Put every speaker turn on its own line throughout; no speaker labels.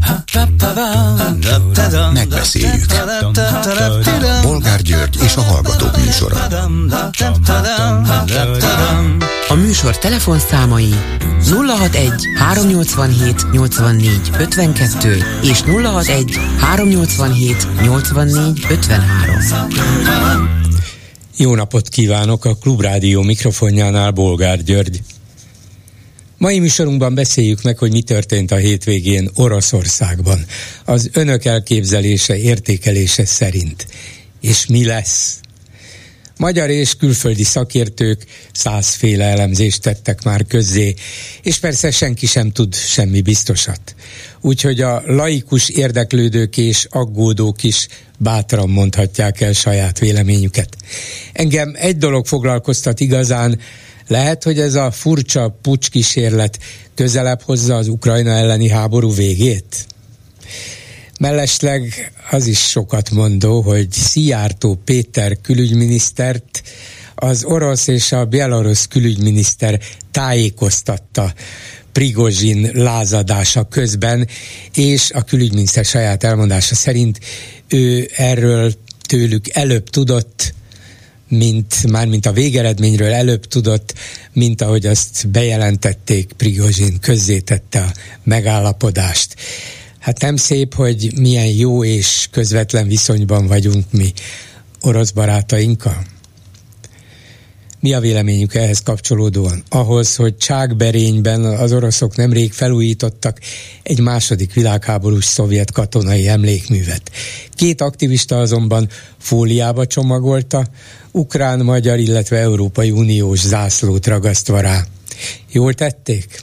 Megbeszéljük. Bolgár György és a Hallgatók műsora.
A műsor telefonszámai 061 387 84 52 és 061 387 84 53.
Jó napot kívánok, a Klubrádió mikrofonjánál Bolgár György. Mai műsorunkban beszéljük meg, hogy mi történt a hétvégén Oroszországban, az önök elképzelése, értékelése szerint. És mi lesz? Magyar és külföldi szakértők 100 féle elemzést tettek már közzé, és persze senki sem tud semmi biztosat. Úgyhogy a laikus érdeklődők és aggódók is bátran mondhatják el saját véleményüket. Engem egy dolog foglalkoztat igazán, lehet, hogy ez a furcsa pucskísérlet közelebb hozza az Ukrajna elleni háború végét? Mellesleg az is sokat mondó, hogy Szijjártó Péter külügyminisztert az orosz és a belarusz külügyminiszter tájékoztatta Prigozsin lázadása közben, és a külügyminiszter saját elmondása szerint ő erről tőlük előbb tudott, mármint a végeredményről előbb tudott, mint ahogy azt bejelentették, Prigozsin közzétette a megállapodást. Hát nem szép, hogy milyen jó és közvetlen viszonyban vagyunk mi orosz barátainkkal? Mi a véleményük ehhez kapcsolódóan? Ahhoz, hogy Csákberényben az oroszok nemrég felújítottak egy második világháborús szovjet katonai emlékművet. 2 aktivista azonban fóliába csomagolta, ukrán, magyar, illetve Európai Uniós zászlót ragasztva rá. Jól tették?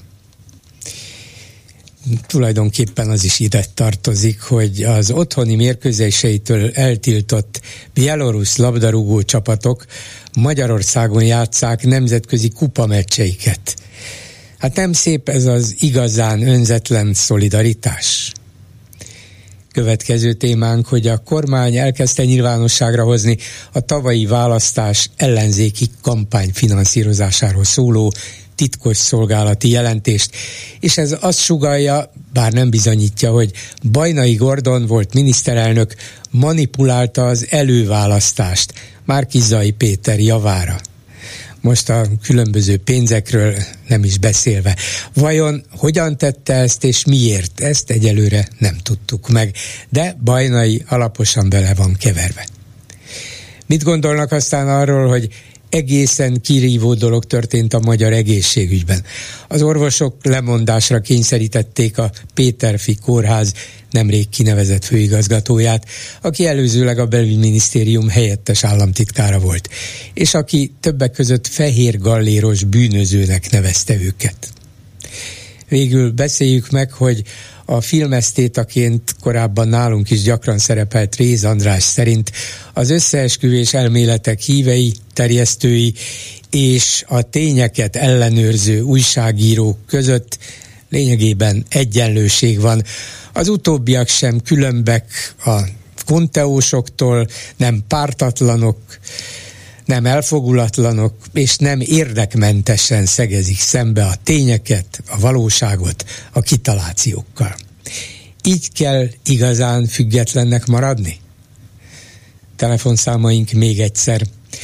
Tulajdonképpen az is ide tartozik, hogy az otthoni mérkőzéseitől eltiltott bielorusz labdarúgó csapatok Magyarországon játsszák nemzetközi kupameccseiket. Hát nem szép ez az igazán önzetlen szolidaritás? Következő témánk, hogy a kormány elkezdte nyilvánosságra hozni a tavalyi választás ellenzéki kampány finanszírozásáról szóló titkos szolgálati jelentést, és ez azt sugallja, bár nem bizonyítja, hogy Bajnai Gordon volt miniszterelnök manipulálta az előválasztást Márki-Zay Péter javára. Most a különböző pénzekről nem is beszélve. Vajon hogyan tette ezt és miért? Ezt egyelőre nem tudtuk meg, de Bajnai alaposan bele van keverve. Mit gondolnak aztán arról, hogy egészen kirívó dolog történt a magyar egészségügyben? Az orvosok lemondásra kényszerítették a Péterfi Kórház nemrég kinevezett főigazgatóját, aki előzőleg a belügyminisztérium helyettes államtitkára volt, és aki többek között fehér galléros bűnözőnek nevezte őket. Végül beszéljük meg, hogy a filmesztétaként korábban nálunk is gyakran szerepelt Réz András szerint az összeesküvés elméletek hívei, terjesztői és a tényeket ellenőrző újságírók között lényegében egyenlőség van. Az utóbbiak sem különbek a konteósoktól, nem pártatlanok, nem elfogulatlanok, és nem érdekmentesen szegezik szembe a tényeket, a valóságot a kitalációkkal. Így kell igazán függetlennek maradni? Telefonszámaink még egyszer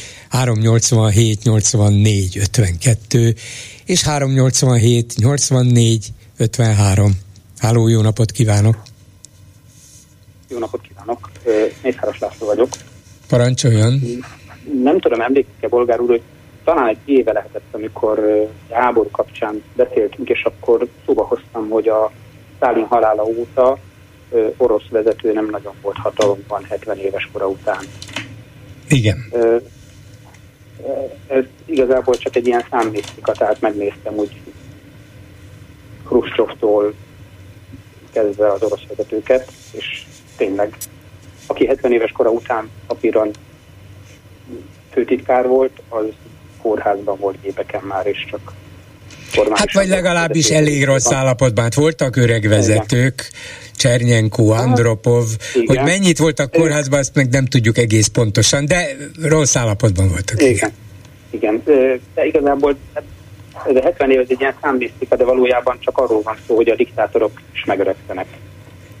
387 84 52 és 387 84 53. Háló, jó napot kívánok!
Jó napot kívánok! Mészáros László vagyok.
Parancsoljon!
Nem tudom, emlékszik-e, Bolgár úr, hogy talán egy éve lehetett, amikor háború kapcsán beszéltünk, és akkor szóba hoztam, hogy a Sztálin halála óta orosz vezető nem nagyon volt hatalomban 70 éves kora után.
Igen.
Ez igazából csak egy ilyen számmisztika, tehát megnéztem úgy Hruscsovtól kezdve az orosz vezetőket, és tényleg, aki 70 éves kora után papíron főtitkár volt, az kórházban volt gépeken már, és csak
Hát vagy legalábbis elég rossz állapotban. Voltak öreg vezetők, Csernyenko, Andropov, hogy mennyit voltak kórházban, azt meg nem tudjuk egész pontosan, de rossz állapotban voltak.
Igen. De igazából ez a 70 év egy ilyen számmisztika, de valójában csak arról van szó, hogy a diktátorok is megöregszenek.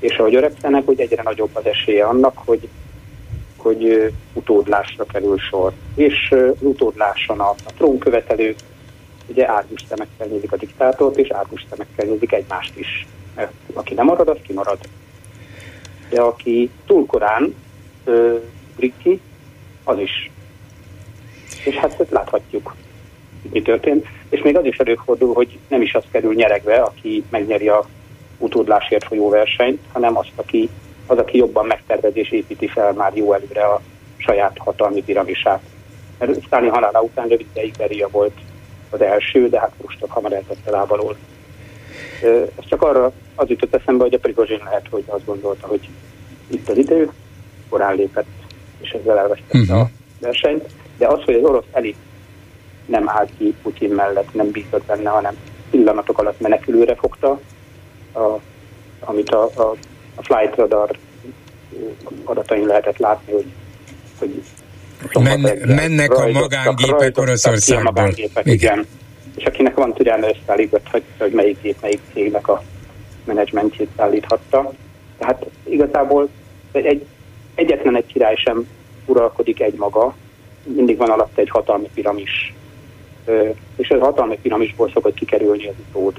és ahogy öregszenek, hogy egyre nagyobb az esélye annak, hogy utódlásra kerül sor. És utódláson a trónkövetelők ugye árgus szemekkel nézik a diktátort, és árgus szemekkel nézik egymást is. Mert aki nem marad, az kimarad. De aki túl korán ugrik ki, az is. És hát láthatjuk, mi történt. És még az is előfordul, hogy nem is az kerül nyeregbe, aki megnyeri a utódlásért folyó versenyt, hanem aki jobban megtervez és építi fel már jó előre a saját hatalmi piramisát. Mert Sztálin halála után rövid ideig Beria volt az első, de hát Hruscsov hamar eltette lábalól. Ez csak arra az jutott eszembe, hogy a Prigozsin lehet, hogy azt gondolta, hogy itt az idő, korán lépett, és ezzel elvesztette a versenyt. De az, hogy az orosz elit nem állt ki Putyin mellett, nem bízott benne, hanem pillanatok alatt menekülőre fogta, amit a Flight Radar adatain lehetett látni, hogy
mennek a magángépek Oroszországból.
Igen. És akinek van türelme, összeállíthat, hogy melyik gép, melyik cégnek a menedzsmentjét szállíthatta. Tehát igazából egyetlen egy király sem uralkodik egymaga, mindig van alatt egy hatalmi piramis. És ez a hatalmi piramisból szokott kikerülni az utód.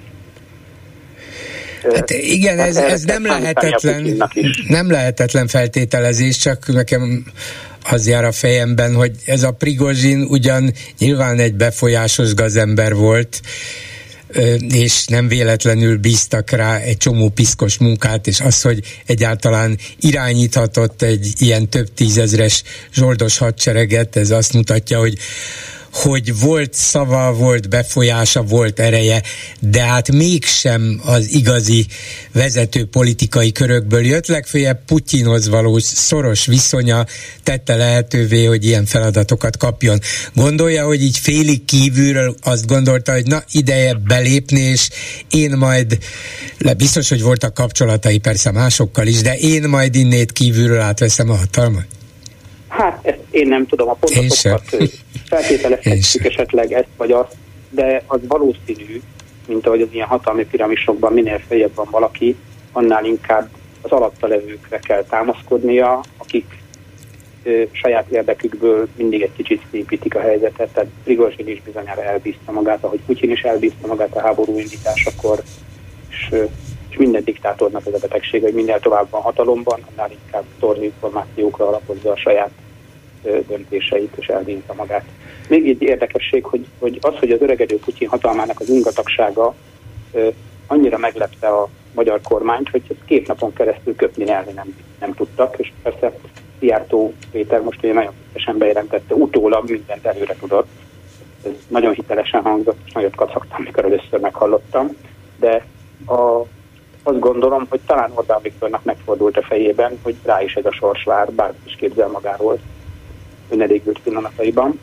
Hát igen, ez nem lehetetlen feltételezés, csak nekem az jár a fejemben, hogy ez a Prigozsin ugyan nyilván egy befolyásos gazember volt, és nem véletlenül bíztak rá egy csomó piszkos munkát, és az, hogy egyáltalán irányíthatott egy ilyen több tízezres zsoldos hadsereget, ez azt mutatja, hogy volt szava, volt befolyása, volt ereje, de hát mégsem az igazi vezető politikai körökből jött, legfeljebb Putyinhoz való szoros viszonya tette lehetővé, hogy ilyen feladatokat kapjon. Gondolja, hogy így félig kívülről azt gondolta, hogy na, ideje belépni, és én majd, biztos, hogy voltak kapcsolatai persze másokkal is, de én majd innét kívülről átveszem a hatalmat?
Hát ezt én nem tudom, a pontosokat feltételezhetjük esetleg ezt vagy azt, de az valószínű, mint ahogy az ilyen hatalmi piramisokban minél feljebb van valaki, annál inkább az alatta levőkre kell támaszkodnia, akik saját érdekükből mindig egy kicsit szépítik a helyzetet, tehát Prigozsin is bizonyára elbízta magát, ahogy Putyin is elbízta magát a háború indításakor, és minden diktátornak ez a betegség, hogy minél tovább van hatalomban, annál inkább torzi információkra alapozza a saját döntéseit, és elbízta magát. Még egy érdekesség, hogy az, hogy az öregedő Putyin hatalmának az ingatagsága annyira meglepte a magyar kormányt, hogy 2 napon keresztül köpni-elni nem tudtak, és persze Szijjártó Péter most ugye nagyon hittesen bejelentette, utólag mindent előre tudott. Ez nagyon hitelesen hangzott, és nagyot kacagtam, mikor először meghallottam, de azt gondolom, hogy talán Orbán Viktornak megfordult a fejében, hogy rá is ez a sors vár, bármit is képzel magáról önelégült pillanataiban.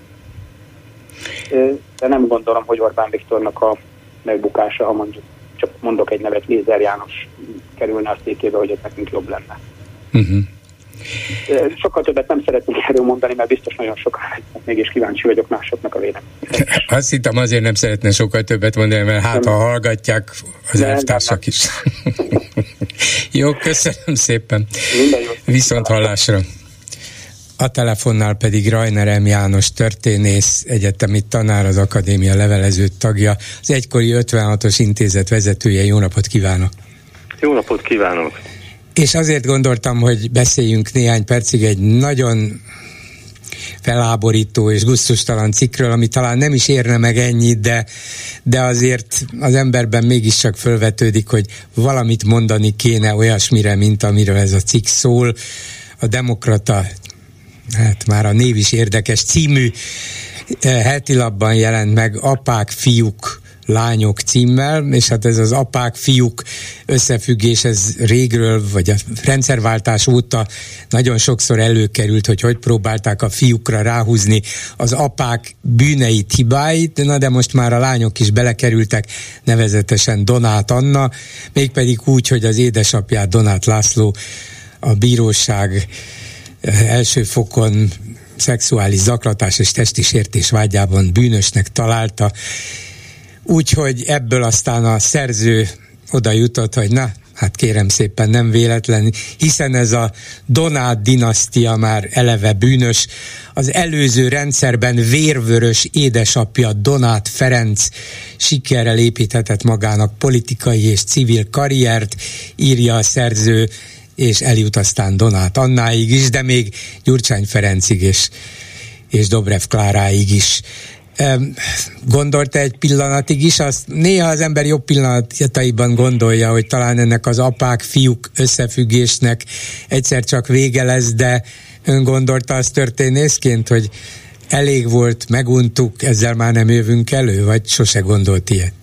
De nem gondolom, hogy Orbán Viktornak a megbukása, ha mondjuk csak mondok egy nevet, Lézer János kerülne a székébe, hogy ez nekünk jobb lenne. Sokkal többet nem szeretnék erről mondani, mert biztos nagyon sokan mégis kíváncsi vagyok másoknak a véleményét.
Azt hittem, azért nem szeretne sokkal többet mondani, mert hát ha hallgatják az elvtársak is. Jó, köszönöm szépen. Viszont hallásra. A telefonnál pedig Rajner M. János történész, egyetemi tanár, az akadémia levelező tagja, az egykori 56-os intézet vezetője. Jó napot kívánok!
Jó napot kívánok!
És azért gondoltam, hogy beszéljünk néhány percig egy nagyon feláborító és gusztustalan cikkről, ami talán nem is érne meg ennyit, de azért az emberben mégiscsak fölvetődik, hogy valamit mondani kéne olyasmire, mint amiről ez a cikk szól. A Demokrata, hát már a név is érdekes, című heti lapban jelent meg Apák, fiúk, lányok címmel, és hát ez az apák, fiúk összefüggés, ez régről, vagy a rendszerváltás óta nagyon sokszor előkerült, hogy próbálták a fiúkra ráhúzni az apák bűneit, hibáit, na de most már a lányok is belekerültek, nevezetesen Donát Anna, mégpedig úgy, hogy az édesapját, Donát László a bíróság első fokon szexuális zaklatás és testi sértés vágyában bűnösnek találta. Úgyhogy ebből aztán a szerző oda jutott, hogy na, Hát kérem szépen, nem véletlen, hiszen ez a Donát dinasztia már eleve bűnös. Az előző rendszerben vérvörös édesapja Donát Ferenc sikerrel építhetett magának politikai és civil karriert, írja a szerző, és eljut aztán Donát Annáig is, de még Gyurcsány Ferencig és Dobrev Kláráig is. Gondolta egy pillanatig is, azt néha az ember jobb pillanataiban gondolja, hogy talán ennek az apák-fiúk összefüggésnek egyszer csak vége lesz, de ön gondolta azt történészként, hogy elég volt, meguntuk, ezzel már nem jövünk elő, vagy sose gondolt ilyet?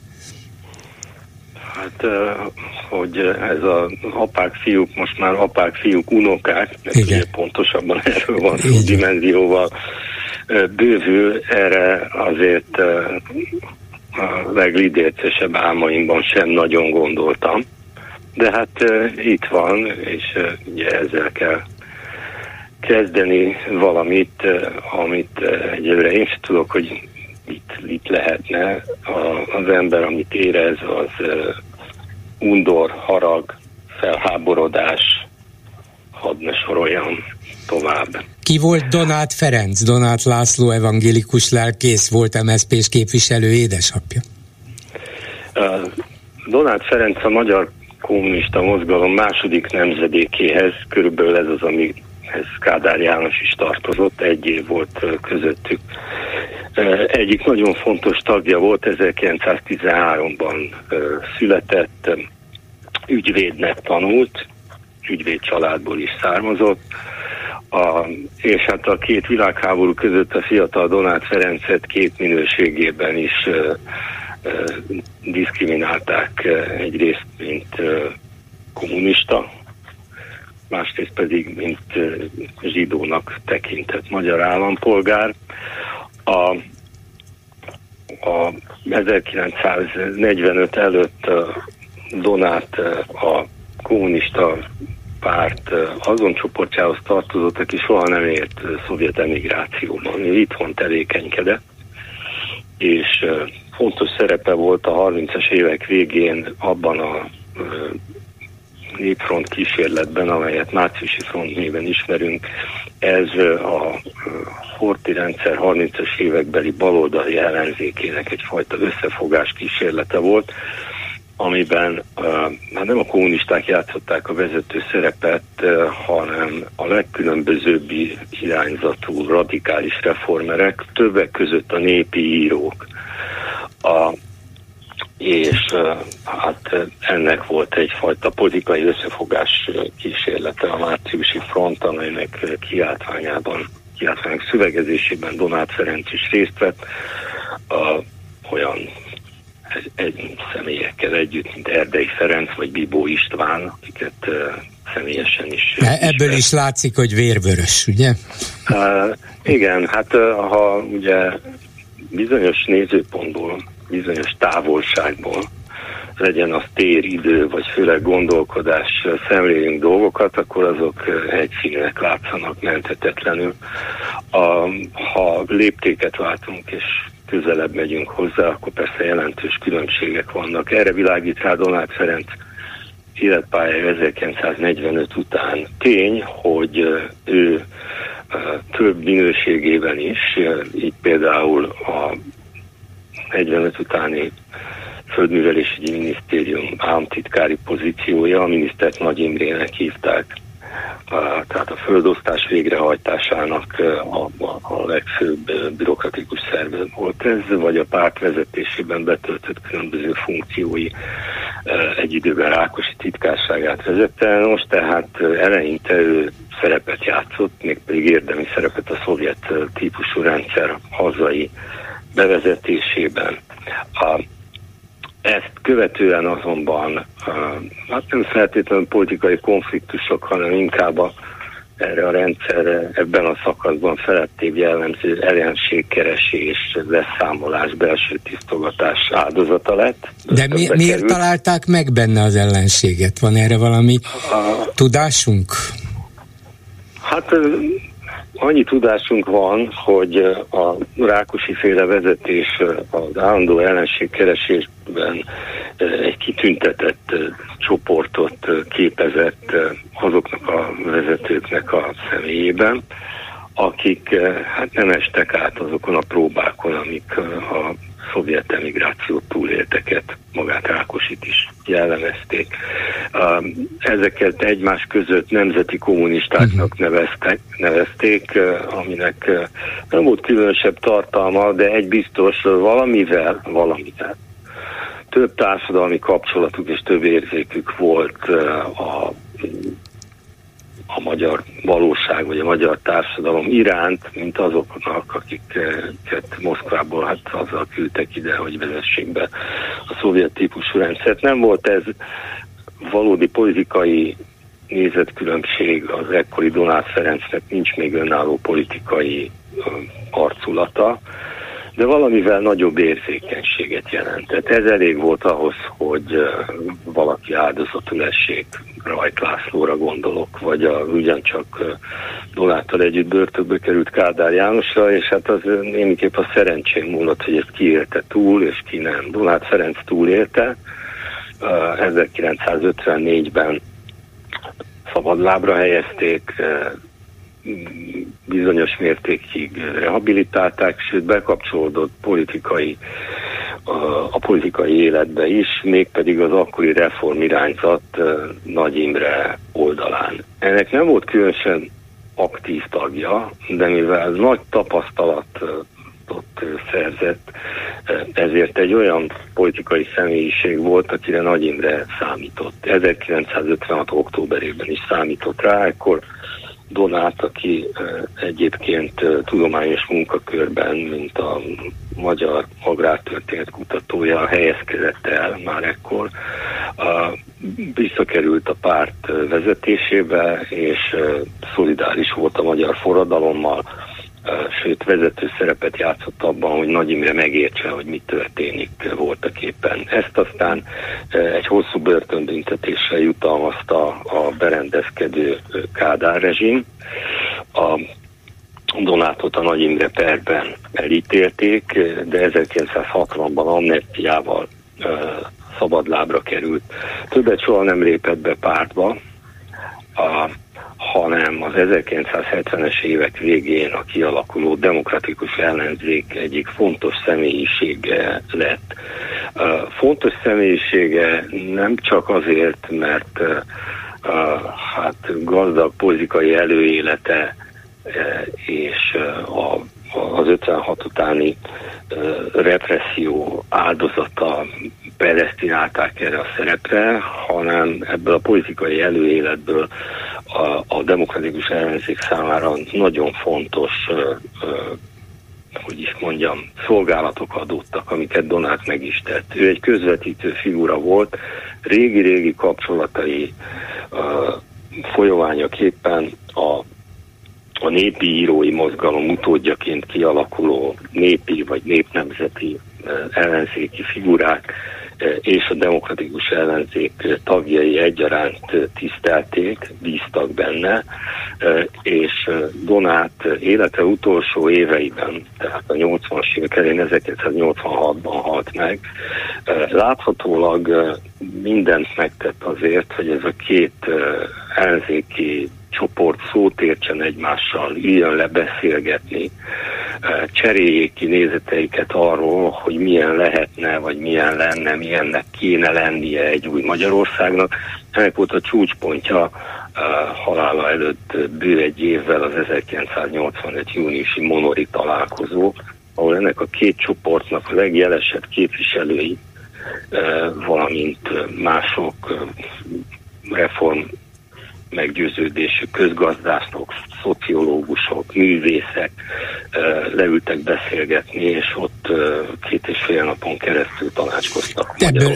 Hát, hogy ez az apák-fiúk, most már apák-fiúk unokák, mert ugye pontosabban erről van szó, dimenzióval bővül, erre azért a leglidércesebb álmaimban sem nagyon gondoltam. De hát itt van, és ugye ezzel kell kezdeni valamit, amit egyelőre én sem tudok, hogy itt lehetne. Az ember, amit érez, az undor, harag, felháborodás, hadd ne soroljam tovább.
Ki volt Donát Ferenc? Donát László evangélikus lelkész, volt MSZP-s képviselő édesapja.
Donát Ferenc a magyar kommunista mozgalom második nemzedékéhez, körülbelül ez az, amihez Kádár János is tartozott, egy év volt közöttük. Egyik nagyon fontos tagja volt, 1913-ban született, ügyvédnek tanult, ügyvéd családból is származott, és hát a két világháború között a fiatal Donát Ferencet két minőségében is diszkriminálták, egyrészt mint kommunista, másrészt pedig mint zsidónak tekintett magyar állampolgár. A 1945 előtt Donát a kommunista párt azon csoportjához tartozott, aki soha nem élt szovjet emigrációban. Ő itthon tevékenykedett, és fontos szerepe volt a 30-as évek végén abban a népfront kísérletben, amelyet márciusi front néven ismerünk. Ez a Horthy rendszer 30-as évekbeli baloldali ellenzékének egyfajta összefogás kísérlete volt, amiben nem a kommunisták játszották a vezető szerepet, hanem a legkülönbözőbb irányzatú radikális reformerek, többek között a népi írók. És hát ennek volt egyfajta politikai összefogás kísérlete a márciusi front, amelynek kiáltványok szövegezésében Donát Ferenc is részt vett, olyan egy személyekkel együtt, mint Erdei Ferenc vagy Bibó István, akiket személyesen is...
Ebből is látszik, hogy vérvörös, ugye?
Igen, hát ha ugye bizonyos nézőpontból, bizonyos távolságból, legyen az tér, idő, vagy főleg gondolkodás, szemléljünk dolgokat, akkor azok egyszínűek látszanak menthetetlenül. Ha léptéket váltunk, és közelebb megyünk hozzá, akkor persze jelentős különbségek vannak. Erre világít rá Donát Ferenc életpályája 1945 után. Tény, hogy ő több minőségében is, így például a 45 utáni Földművelésügyi Minisztérium államtitkári pozíciója, a minisztert Nagy Imrének hívták, tehát a földosztás végrehajtásának a legfőbb bürokratikus szerve volt ez, vagy a párt vezetésében betöltött különböző funkciói, egy időben Rákosi titkárságát vezette. Most tehát eleinte ő szerepet játszott, mégpedig érdemi szerepet a szovjet típusú rendszer hazai bevezetésében. Ezt követően azonban hát nem feltétlenül politikai konfliktusok, hanem inkább erre a rendszerre ebben a szakaszban felettébb jellemző ellenségkeresés, leszámolás, belső tisztogatás áldozata lett.
De miért találták meg benne az ellenséget? Van erre valami tudásunk?
Hát annyi tudásunk van, hogy a Rákosi-féle vezetés az állandó ellenségkeresésben egy kitüntetett csoportot képezett azoknak a vezetőknek a személyében, akik hát nem estek át azokon a próbákon, amik a szovjet emigrációt túlélteket, magát Rákosit is jellemezték. Ezeket egymás között nemzeti kommunistáknak nevezték, aminek nem volt különösebb tartalma, de egy biztos, valamivel több társadalmi kapcsolatuk és több érzékük volt a magyar valóság, vagy a magyar társadalom iránt, mint azoknak, akiket Moszkvából hát azzal küldtek ide, hogy vezessék be a szovjet típusú rendszert. Nem volt ez valódi politikai nézetkülönbség, az ekkori Donát Ferencnek nincs még önálló politikai arculata, de valamivel nagyobb érzékenységet jelentett. Ez elég volt ahhoz, hogy valaki áldozatul essék. Rajt Lászlóra gondolok, vagy ugyancsak Donáttal együtt börtönbe került Kádár Jánosra, és hát az némiképp a szerencsén múlott, hogy ezt ki élte túl, és ki nem. Donát Ferenc túlélte, 1954-ben szabadlábra helyezték, bizonyos mértékig rehabilitálták, sőt bekapcsolódott a politikai életbe is, mégpedig az akkori reformirányzat Nagy Imre oldalán. Ennek nem volt különösen aktív tagja, de mivel nagy tapasztalatot szerzett, ezért egy olyan politikai személyiség volt, akire Nagy Imre számított. 1956. októberében is számított rá, ekkor Donát, aki egyébként tudományos munkakörben, mint a magyar agrártörténet kutatója helyezkedett el már ekkor, visszakerült a párt vezetésébe, és szolidáris volt a magyar forradalommal, sőt vezető szerepet játszott abban, hogy Nagy Imre megértse, hogy mi történik voltak éppen. Ezt aztán egy hosszú börtönbüntetéssel jutalmazta a berendezkedő Kádár rezsim. A Donátot a Nagy Imre perben elítélték, de 1960-ban amnestiával szabadlábra került. Többet soha nem lépett be pártba, hanem az 1970-es évek végén a kialakuló demokratikus ellenzék egyik fontos személyisége lett. Fontos személyisége nem csak azért, mert hát gazdag politikai előélete és az 56 utáni represszió áldozata predesztinálták erre a szerepre, hanem ebből a politikai előéletből a demokratikus ellenzék számára nagyon fontos, hogy is mondjam, szolgálatok adódtak, amiket Donát meg is tett. Ő egy közvetítő figura volt, régi-régi kapcsolatai folyamányaképpen a népi írói mozgalom utódjaként kialakuló népi vagy népnemzeti ellenzéki figurák és a demokratikus ellenzék tagjai egyaránt tisztelték, bíztak benne, és Donát élete utolsó éveiben, tehát a 80-as évek elején 1986-ban halt meg, láthatólag mindent megtett azért, hogy ez a két ellenzéki csoport szót értsen egymással, üljön le beszélgetni, cseréljék ki nézeteiket arról, hogy milyen lehetne, vagy milyen lenne, milyennek kéne lennie egy új Magyarországnak. Ennek volt a csúcspontja halála előtt bő egy évvel az 1985. júniusi Monori találkozó, ahol ennek a két csoportnak a legjelesebb képviselői, valamint mások reform meggyőződésű közgazdászok, szociológusok, művészek leültek beszélgetni, és ott 2,5 napon keresztül tanácskoztak.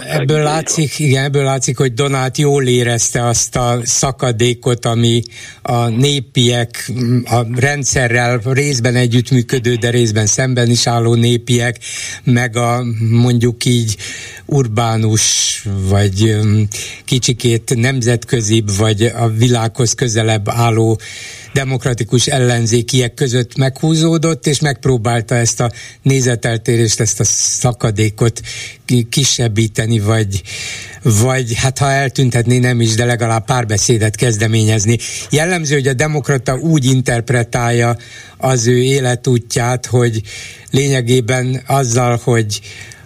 Ebből látszik, hogy Donát jól érezte azt a szakadékot, ami a népiek, a rendszerrel részben együttműködő, de részben szemben is álló népiek, meg a mondjuk így urbánus, vagy kicsikét nemzetközibb, vagy a világhoz közelebb álló demokratikus ellenzékiek között meghúzódott, és megpróbálta ezt a nézeteltérést, ezt a szakadékot kisebbíteni, vagy hát ha eltűnhetné nem is, de legalább párbeszédet kezdeményezni. Jellemző, hogy a demokrata úgy interpretálja az ő életútját, hogy lényegében azzal, hogy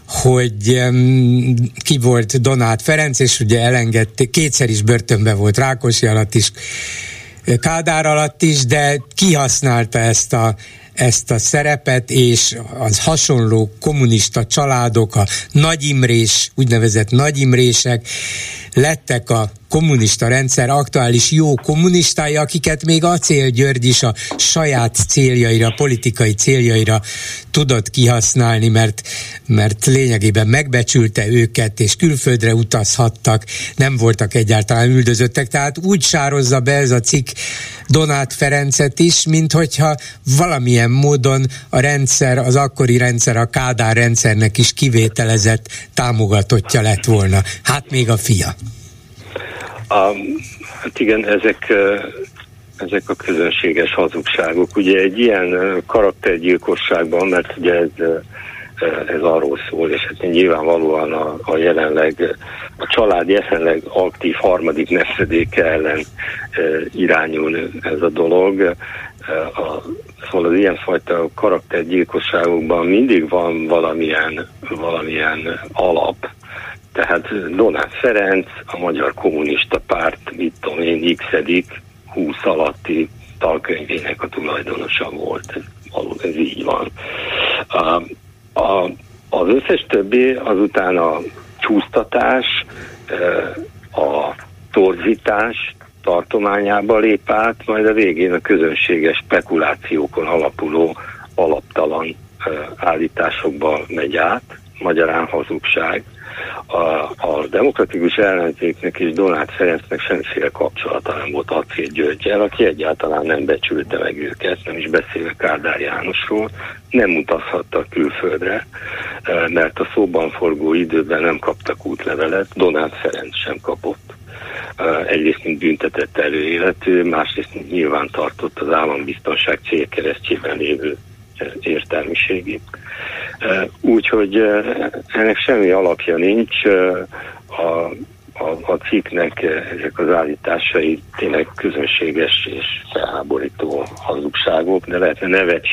ki volt Donát Ferenc, és ugye elengedte, kétszer is börtönben volt, Rákosi alatt is, Kádár alatt is, de kihasználta ezt a szerepet, és az hasonló kommunista családok, a nagyimrés, úgynevezett nagyimrések lettek a kommunista rendszer aktuális jó kommunistái, akiket még Acél György is a saját céljaira, politikai céljaira tudott kihasználni, mert lényegében megbecsülte őket, és külföldre utazhattak, nem voltak egyáltalán üldözöttek, tehát úgy sározza be ez a cikk Donát Ferencet is, mint hogyha valamilyen módon a rendszer, az akkori rendszer, a Kádár rendszernek is kivételezett támogatottja lett volna. Hát még a fia.
Hát igen, ezek a közönséges hazugságok. Ugye egy ilyen karaktergyilkosságban, mert ugye ez arról szól, és hát nyilvánvalóan a jelenleg a család jelenleg aktív harmadik nemzedéke ellen irányul ez a dolog. Szóval az ilyenfajta karaktergyilkosságokban mindig van valamilyen alap. Tehát Donát Ferenc, a Magyar Kommunista Párt, mit tudom én, x-edik 20 alatti tankönyvének a tulajdonosa volt. Ez így van. Az összes többi azután a csúsztatás, a torzítás tartományába lép át, majd a végén a közönséges spekulációkon alapuló alaptalan állításokba megy át, magyarán hazugság. A demokratikus ellenzéknek és Donát Ferencnek semmiféle kapcsolata nem volt Acél Györggyel, aki egyáltalán nem becsülte meg őket, nem is beszélve Kádár Jánosról, nem utazhattak külföldre, mert a szóban forgó időben nem kaptak útlevelet, Donát Ferenc sem kapott. Egyrészt mint büntetett előéletű, másrészt nyilván tartott az állambiztonság célkeresztjében lévő értelmiségét. Úgyhogy ennek semmi alapja nincs, a cikknek ezek az állításai tényleg közönséges és felháborító hazugságok, de lehetne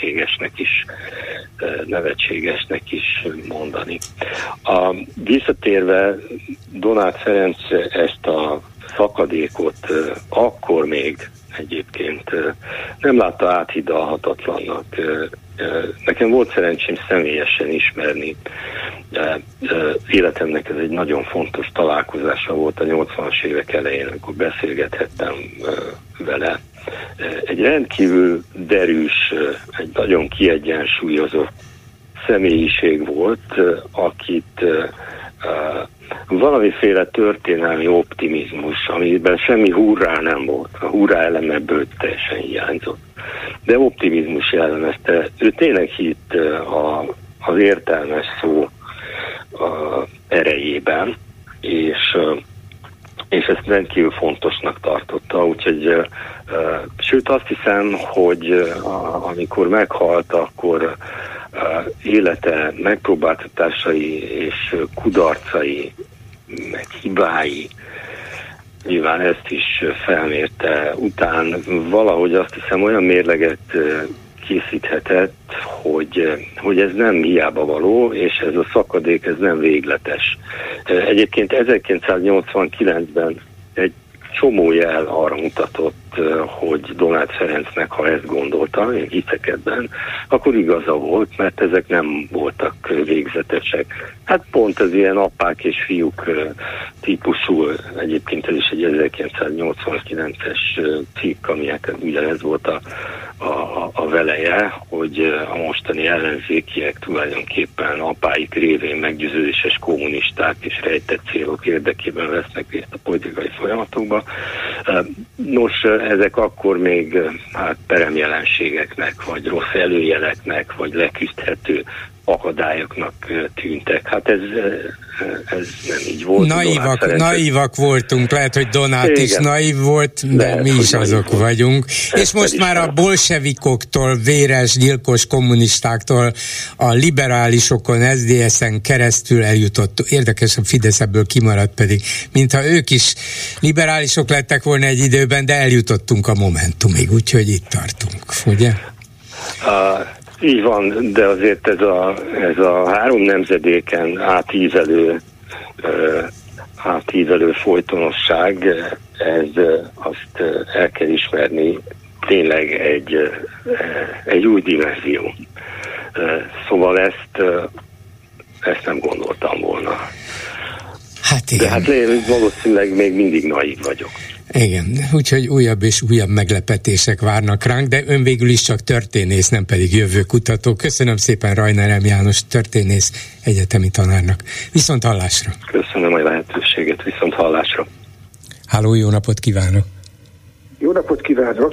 nevetségesnek is mondani. Visszatérve, Donát Ferenc ezt a szakadékot akkor még egyébként nem látta áthidalhatatlannak. Nekem volt szerencsém személyesen ismerni. Életemnek ez egy nagyon fontos találkozása volt a 80-as évek elején, amikor beszélgethettem vele. Egy rendkívül derűs, egy nagyon kiegyensúlyozott személyiség volt, akit valamiféle történelmi optimizmus, amiben semmi hurrá nem volt. A hurrá elem ebből teljesen hiányzott. De optimizmus jellemezte. Ő tényleg hitt az értelmes szó erejében, és ezt rendkívül fontosnak tartotta. Úgyhogy, sőt azt hiszem, hogy amikor meghalt, akkor élete megpróbáltatásai és kudarcai, meg hibái, nyilván ezt is felmérte. Után valahogy azt hiszem olyan mérleget készíthetett, hogy ez nem hiába való, és ez a szakadék, ez nem végletes. Egyébként 1989-ben egy csomó jel arra mutatott, hogy Donát Ferencnek, ha ezt gondolta, én hiszek ebben, akkor igaza volt, mert ezek nem voltak végzetesek. Hát pont az ilyen apák és fiúk típusú, egyébként ez is egy 1989-es cikk, aminek ugyanez volt a veleje, hogy a mostani ellenzékiek tulajdonképpen apáik révén meggyőződéses kommunisták és rejtett célok érdekében vesznek részt a politikai folyamatokban. Nos, ezek akkor még peremjelenségeknek, vagy rossz előjeleknek, vagy leküzdhető akadályoknak tűntek. Hát ez nem így volt.
Naívak voltunk, lehet, hogy Donát is naív volt, de mi is azok vagyunk. És most már a bolsevikoktól, véres, gyilkos kommunistáktól a liberálisokon, SZDSZ-en keresztül eljutott. Érdekes, a Fidesz ebből kimaradt pedig, mintha ők is liberálisok lettek volna egy időben, de eljutottunk a Momentumig, úgyhogy itt tartunk, ugye?
Így van, de azért ez a három nemzedéken átívelő folytonosság, ez azt el kell ismerni, tényleg egy új dimenzió. Szóval ezt nem gondoltam volna.
Hát igen.
De hát valószínűleg még mindig naív vagyok.
Igen, úgyhogy újabb és újabb meglepetések várnak ránk, de ön végül is csak történész, nem pedig jövőkutató. Köszönöm szépen Rajner M. János, történész, egyetemi tanárnak. Viszont hallásra.
Köszönöm a lehetőséget, viszont hallásra.
Háló, jó napot kívánok!
Jó napot kívánok!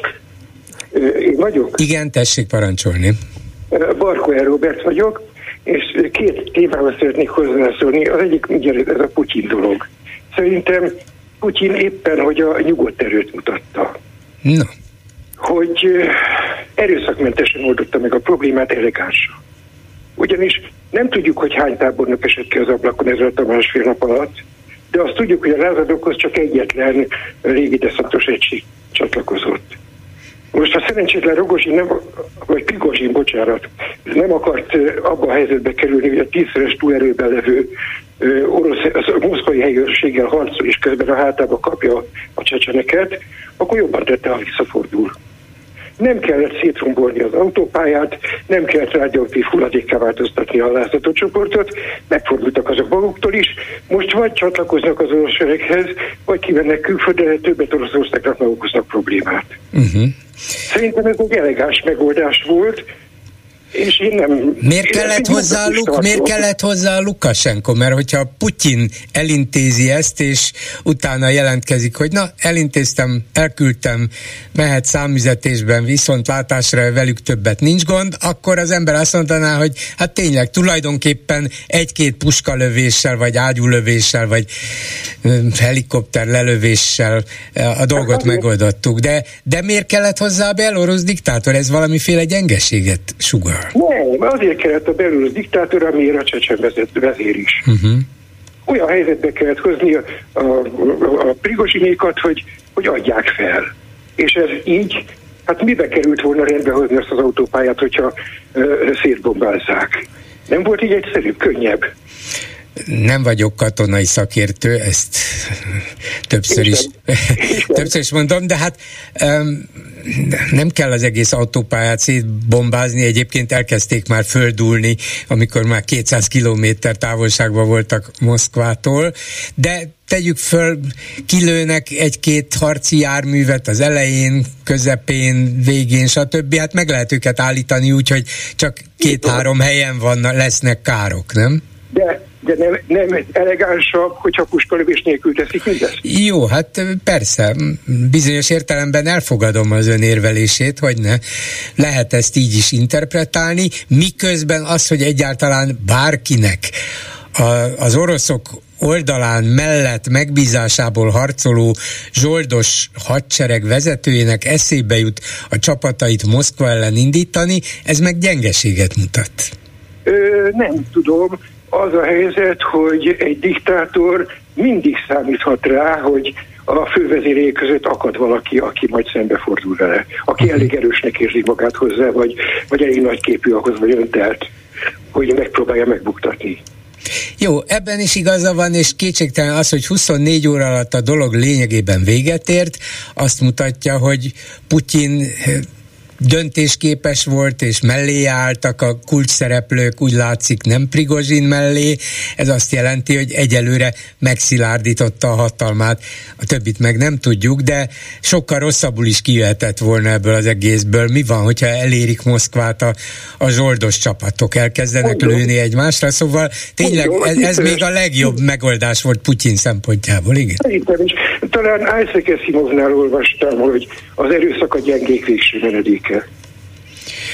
Én vagyok?
Igen, tessék parancsolni.
Barkóer Róbert vagyok, és két témával szeretnék hozzászólni. Az egyik ugye ez a Putyin dolog. Szerintem Putyin éppen, hogy a nyugodt erőt mutatta.
No.
Hogy erőszakmentesen oldotta meg a problémát elegánsan. Ugyanis nem tudjuk, hogy hány tábornok esett ki az ablakon ez a másfél nap alatt, de azt tudjuk, hogy a lázadókhoz csak egyetlen légideszantos egység csatlakozott. Most a szerencsétlen Rogozsin vagy Prigozsin, bocsánat, nem akart abba a helyzetbe kerülni, hogy a 10-szeres túlerőben levő orosz, moszkvai helyőrséggel harcol, és közben a hátába kapja a csecseneket, akkor jobban tette, ha visszafordul. Nem kellett szétrombolni az autópályát, nem kellett radioaktív hulladékká változtatni a lázadó csoportot, megfordultak azok maguktól is, most vagy csatlakoznak az orosz sereghez, vagy kimennek külföldre, többet Oroszországnak meg okoznak problémát. Szerintem ez egy elegáns megoldás volt, és én nem...
Miért kellett hozzá Lukasenko? Mert hogyha Putyin elintézi ezt, és utána jelentkezik, hogy na, elintéztem, elküldtem, mehet számüzetésben, viszontlátásra velük többet nincs gond, akkor az ember azt mondaná, hogy hát tényleg tulajdonképpen egy-két puskalövéssel, vagy ágyúlövéssel, vagy helikopter lelövéssel a dolgot megoldottuk. De miért kellett hozzá a belorusz diktátor? Ez valamiféle gyengeséget sugár.
Nem, azért kellett a belorusz diktátor, amiért a csecsen vezér is. Olyan helyzetbe kellett hozni a Prigozsinékat, hogy adják fel. És ez így, hát mibe került volna rendbe hozni azt az autópályát, hogyha szétbombázzák? Nem volt így egyszerűbb, könnyebb?
Nem vagyok katonai szakértő, ezt többször is mondom, de hát nem kell az egész autópályát szétbombázni, egyébként elkezdték már földúlni, amikor már 200 kilométer távolságban voltak Moszkvától, de tegyük föl, kilőnek egy-két harci járművet az elején, közepén, végén, stb. Hát meg lehet őket állítani úgy, hogy csak 2-3 helyen lesznek károk, nem?
De nem elegánsabb, hogyha puskalövés nélkül teszik mindezt?
Jó, hát persze, bizonyos értelemben elfogadom az ön érvelését, hogy ne. Lehet ezt így is interpretálni, miközben az, hogy egyáltalán bárkinek az oroszok oldalán mellett megbízásából harcoló zsoldos hadsereg vezetőjének eszébe jut a csapatait Moszkva ellen indítani, ez meg gyengeséget mutat.
Nem tudom. Az a helyzet, hogy egy diktátor mindig számíthat rá, hogy a fővezérei között akad valaki, aki majd szembefordul vele, aki elég erősnek érzi magát hozzá, vagy elég nagyképű ahhoz, vagy öntelt, hogy megpróbálja megbuktatni.
Jó, ebben is igaza van, és kétségtelen az, hogy 24 óra alatt a dolog lényegében véget ért, azt mutatja, hogy Putyin döntésképes volt, és mellé álltak a kulcsszereplők, úgy látszik nem Prigozsin mellé. Ez azt jelenti, hogy egyelőre megszilárdította a hatalmát. A többit meg nem tudjuk, de sokkal rosszabbul is kijöhetett volna ebből az egészből. Mi van, hogyha elérik Moszkvát a zsoldos csapatok, elkezdenek lőni egymásra, szóval tényleg ez még a legjobb megoldás volt Putyin szempontjából, igen?
Szerintem is. Talán Isaac Asimovnál olvastam, hogy az erőszak a gyengék végső menedéke.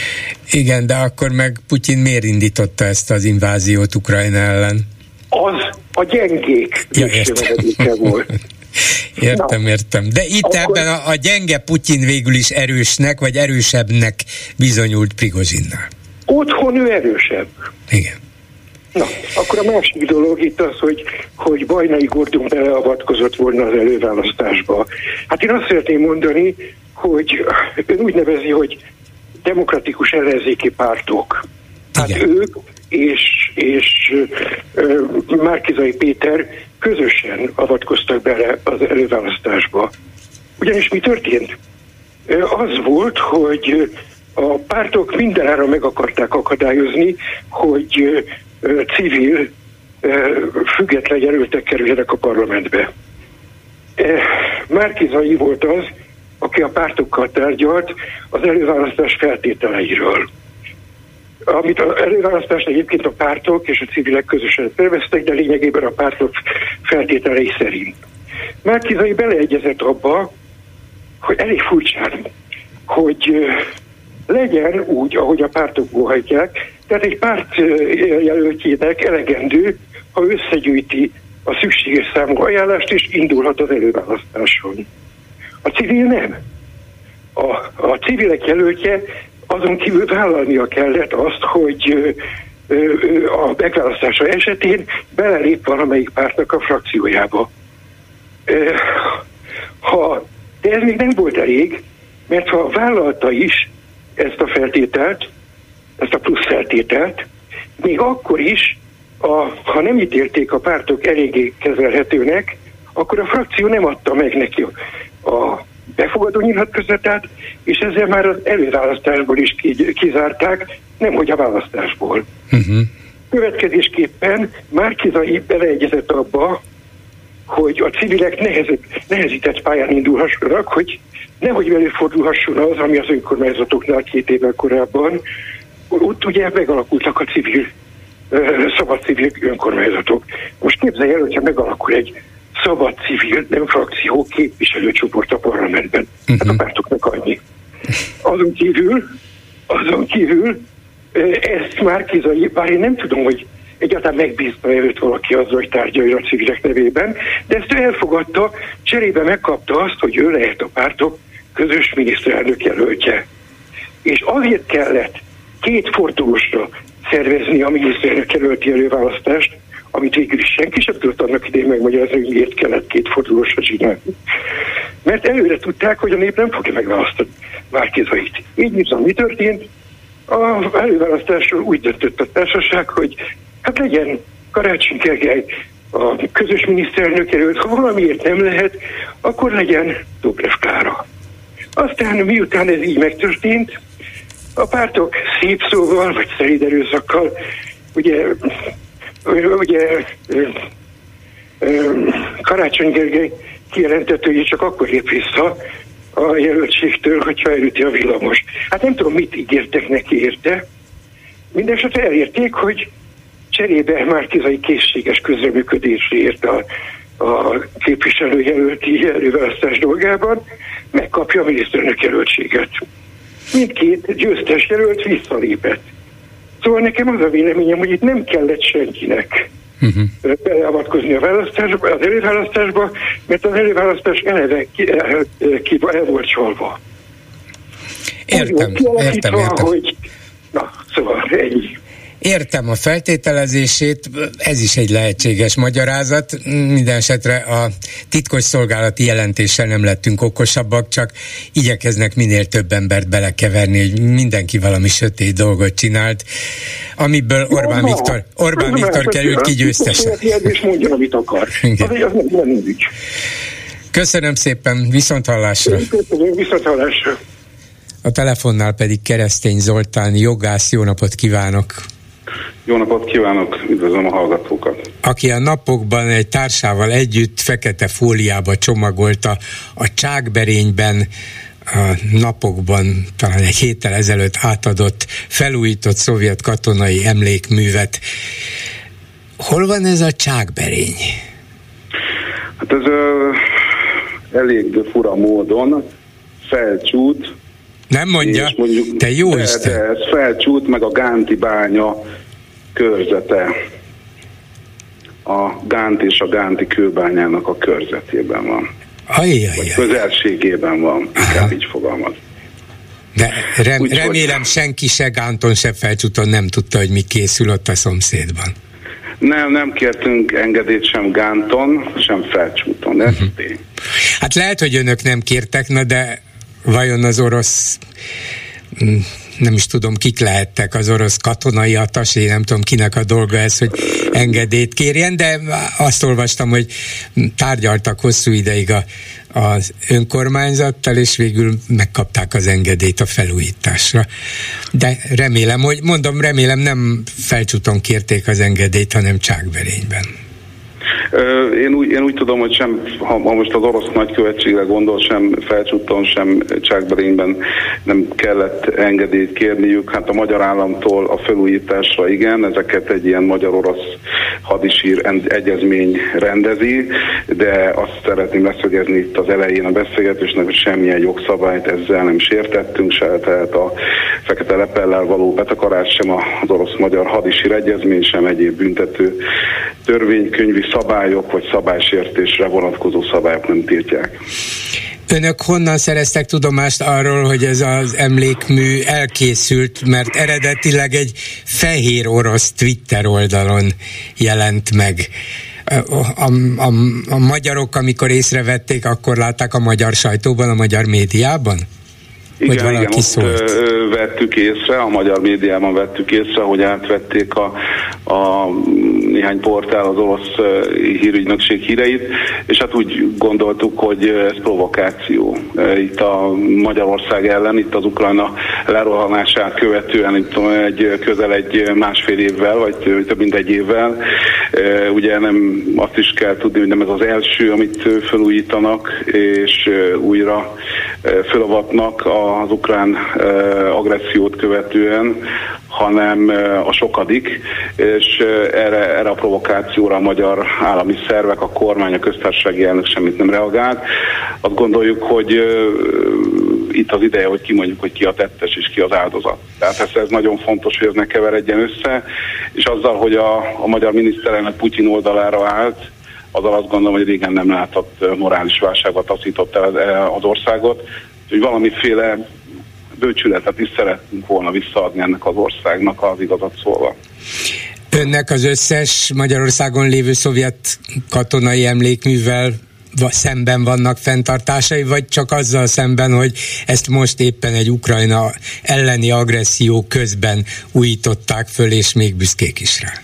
Igen, de akkor meg Putyin miért indította ezt az inváziót Ukrajna ellen?
Az a gyengék volt.
Értem. De itt akkor... ebben a gyenge Putyin végül is erősnek, vagy erősebbnek bizonyult Prigozsinnal.
Otthon ő erősebb.
Igen.
Na, akkor a másik dolog itt az, hogy Bajnai Gordon beleavatkozott volna az előválasztásba. Hát én azt szeretném mondani, hogy ön úgy nevezi, hogy demokratikus ellenzéki pártok. Hát igen. Ők és Márki-Zay Péter közösen avatkoztak bele az előválasztásba. Ugyanis mi történt? Az volt, hogy a pártok mindenára meg akarták akadályozni, hogy civil, független jelöltek kerüljenek a parlamentbe. Márki-Zay volt az, aki a pártokkal tárgyalt az előválasztás feltételeiről. Amit az előválasztást egyébként a pártok és a civilek közösen terveztek, de lényegében a pártok feltételei szerint. Márki-Zay beleegyezett abba, hogy elég furcsán, hogy legyen úgy, ahogy a pártok óhajtják, tehát egy párt jelöltjének elegendő, ha összegyűjti a szükséges számú ajánlást, és indulhat az előválasztáson. A civil nem. A civilek jelöltje azon kívül vállalnia kellett azt, hogy a megválasztása esetén belelép valamelyik pártnak a frakciójába. De ez még nem volt elég, mert ha vállalta is ezt a feltételt, ezt a plusz feltételt, még akkor is, ha nem ítélték a pártok eléggé kezelhetőnek, akkor a frakció nem adta meg neki a befogadó nyilatkozatát, és ezzel már az előválasztásból is kizárták, nemhogy a választásból. Következésképpen Márki-Zay beleegyezett abba, hogy a civilek nehezített pályán indulhassanak, hogy nehogy előfordulhasson az, ami az önkormányzatoknál 2 évvel korábban. Ott ugye megalakultak a szabad civil önkormányzatok. Most képzelj el, hogyha megalakul egy szabad civil, nem frakció képviselőcsoport a parlamentben. Hát a pártoknak annyi. Azon kívül ezt Márki-Zay, bár én nem tudom, hogy egyáltalán megbízta előtt valaki azzal, hogy tárgyaljon a civilek nevében, de ezt ő elfogadta, cserébe megkapta azt, hogy ő lehet a pártok közös miniszterelnök jelöltje. És azért kellett 2 fordulósra szervezni a miniszterelnök jelölti előválasztást, amit végül is senki sem tudott annak idején megmagyarázni, hogy miért kellett 2 fordulósra csinálni. Mert előre tudták, hogy a nép nem fogja megválasztani Márki-Zayt. Így bizony mi történt? Az előválasztásról úgy döntött a társaság, hogy hát legyen Karácsony Gergely a közös miniszterelnök jelölt, ha valamiért nem lehet, akkor legyen Dobrev Klára. Aztán miután ez így megtörtént, a pártok szép szóval, vagy szeréd erőszakkal, ugye Karácsony Gergely kijelentett, hogy csak akkor lép vissza a jelöltségtől, hogyha elüti a villamos. Hát nem tudom, mit ígértek neki érte. Mindenesetre elérték, hogy cserébe Márki-Zay készséges közreműködésért a képviselőjelölti előválasztás dolgában megkapja a miniszterelnök jelöltséget. Mindkét győztes jelölt visszalépett. Szóval nekem az a véleményem, hogy itt nem kellett senkinek beleavatkozni a választásba, az előválasztásba, mert az előválasztás eleve el volt csalva.
Értem.
Hogy... Na, szóval ennyi.
Értem a feltételezését, ez is egy lehetséges magyarázat. Minden esetre a titkosszolgálati jelentéssel nem lettünk okosabbak, csak igyekeznek minél több embert belekeverni, hogy mindenki valami sötét dolgot csinált, amiből Orbán Viktor került ki győztesen.
És mondja, amit akar.
Köszönöm szépen, viszonthallásra.
Viszonthallásra.
A telefonnál pedig Keresztény Zoltán, jogász, jó napot kívánok!
Jó napot kívánok, üdvözlöm a hallgatókat!
Aki a napokban egy társával együtt fekete fóliába csomagolta a Csákberényben a napokban, talán egy héttel ezelőtt átadott, felújított szovjet katonai emlékművet. Hol van ez a Csákberény?
Hát ez elég fura módon Felcsút,
Nem mondja, mondjuk, te jó Isten.
De ez Felcsút, meg a Gánti bánya körzete. A Gánt és a Gánti kőbányának a körzetében van. Vagy közelségében van, inkább így fogalmaz.
De remélem senki se Gánton, se Felcsúton nem tudta, hogy mi készül ott a szomszédban.
Nem kértünk engedélyt sem Gánton, sem Felcsúton, ez tény.
Hát lehet, hogy önök nem kértek, de vajon az orosz, nem is tudom, kik lehettek, az orosz katonai atasé, nem tudom kinek a dolga ez, hogy engedélyt kérjen, de azt olvastam, hogy tárgyaltak hosszú ideig az önkormányzattal, és végül megkapták az engedélyt a felújításra. De remélem nem Felcsúton kérték az engedélyt, hanem Csákberényben.
Én úgy tudom, hogy sem, ha most az orosz nagykövetségre gondol, sem Felcsúton, sem Csákberényben nem kellett engedélyt kérniük. Hát a magyar államtól a felújításra igen, ezeket egy ilyen magyar-orosz hadisír egyezmény rendezi, de azt szeretném leszögezni itt az elején a beszélgetésnek, hogy semmilyen jogszabályt ezzel nem sértettünk, se tehát a fekete lepellel való betakarás, sem az orosz-magyar hadisír egyezmény, sem egyéb büntető törvénykönyvi szabályok vagy szabálysértésre vonatkozó szabályok nem tiltják.
Önök honnan szereztek tudomást arról, hogy ez az emlékmű elkészült, mert eredetileg egy fehér orosz Twitter oldalon jelent meg. A magyarok, amikor észrevették, akkor látták a magyar sajtóban, a magyar médiában?
Igen, ott vettük észre, a magyar médiában vettük észre, hogy átvették a néhány portál az orosz hírügynökség híreit, és hát úgy gondoltuk, hogy ez provokáció. Itt a Magyarország ellen, itt az Ukrajna lerohanását követően, itt közel egy másfél évvel, vagy több mint egy évvel, ugye nem azt is kell tudni, hogy nem ez az első, amit felújítanak, és újra fölavatnak az ukrán agressziót követően, hanem a sokadik, és erre a provokációra a magyar állami szervek, a kormány, a köztársasági elnök semmit nem reagált. Azt gondoljuk, hogy itt az ideje, hogy kimondjuk, hogy ki a tettes és ki az áldozat. Tehát ez nagyon fontos, hogy ez ne keveredjen össze, és azzal, hogy a magyar miniszterelnök Putyin oldalára állt, azzal azt gondolom, hogy régen nem látott morális válságot taszított el az országot, hogy valamiféle bölcsületet is szerettünk volna visszaadni ennek az országnak, az igazat szólva.
Önnek az összes Magyarországon lévő szovjet katonai emlékművel szemben vannak fenntartásai, vagy csak azzal szemben, hogy ezt most éppen egy Ukrajna elleni agresszió közben újították föl, és még büszkék is rá?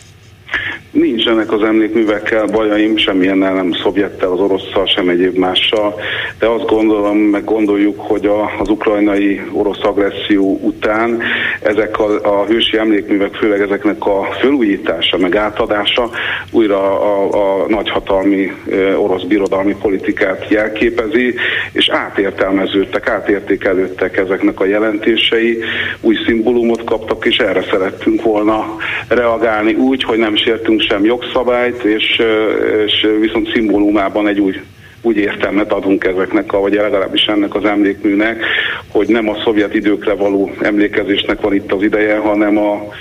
Nincsenek az emlékművekkel bajaim, semmilyen nem szovjettel, az orosszal, sem egyéb mással, de azt gondolom, meg gondoljuk, hogy az ukrajnai orosz agresszió után ezek a hősi emlékművek, főleg ezeknek a felújítása, meg átadása újra a nagyhatalmi orosz birodalmi politikát jelképezi, és átértékelődtek ezeknek a jelentései, új szimbólumot kaptak, és erre szerettünk volna reagálni úgy, hogy nem sértünk sem jogszabályt, és viszont szimbólumában egy úgy értelmet adunk ezeknek, vagy legalábbis ennek az emlékműnek, hogy nem a szovjet időkre való emlékezésnek van itt az ideje, hanem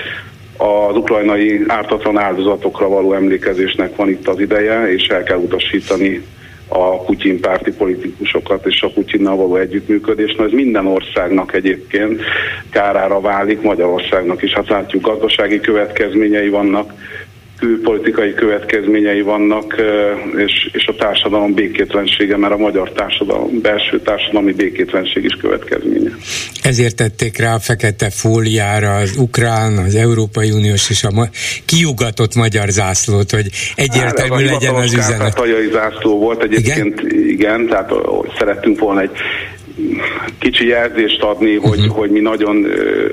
az ukrajnai ártatlan áldozatokra való emlékezésnek van itt az ideje, és el kell utasítani a Putyin párti politikusokat és a Putyinnal való együttműködést. Ez minden országnak egyébként kárára válik, Magyarországnak is. Hát látjuk, gazdasági következményei vannak, külpolitikai következményei vannak, és a társadalom békétlensége, mert a magyar társadalom, belső társadalmi békétlenség is következménye. Ezért tették rá a fekete fóliára az ukrán, az Európai Uniós és a kiugatott magyar zászlót, hogy egyértelmű legyen az üzenet. Kárpátaljai zászló volt egyébként, igen, tehát szerettünk volna egy kicsi jelzést adni, hogy mi nagyon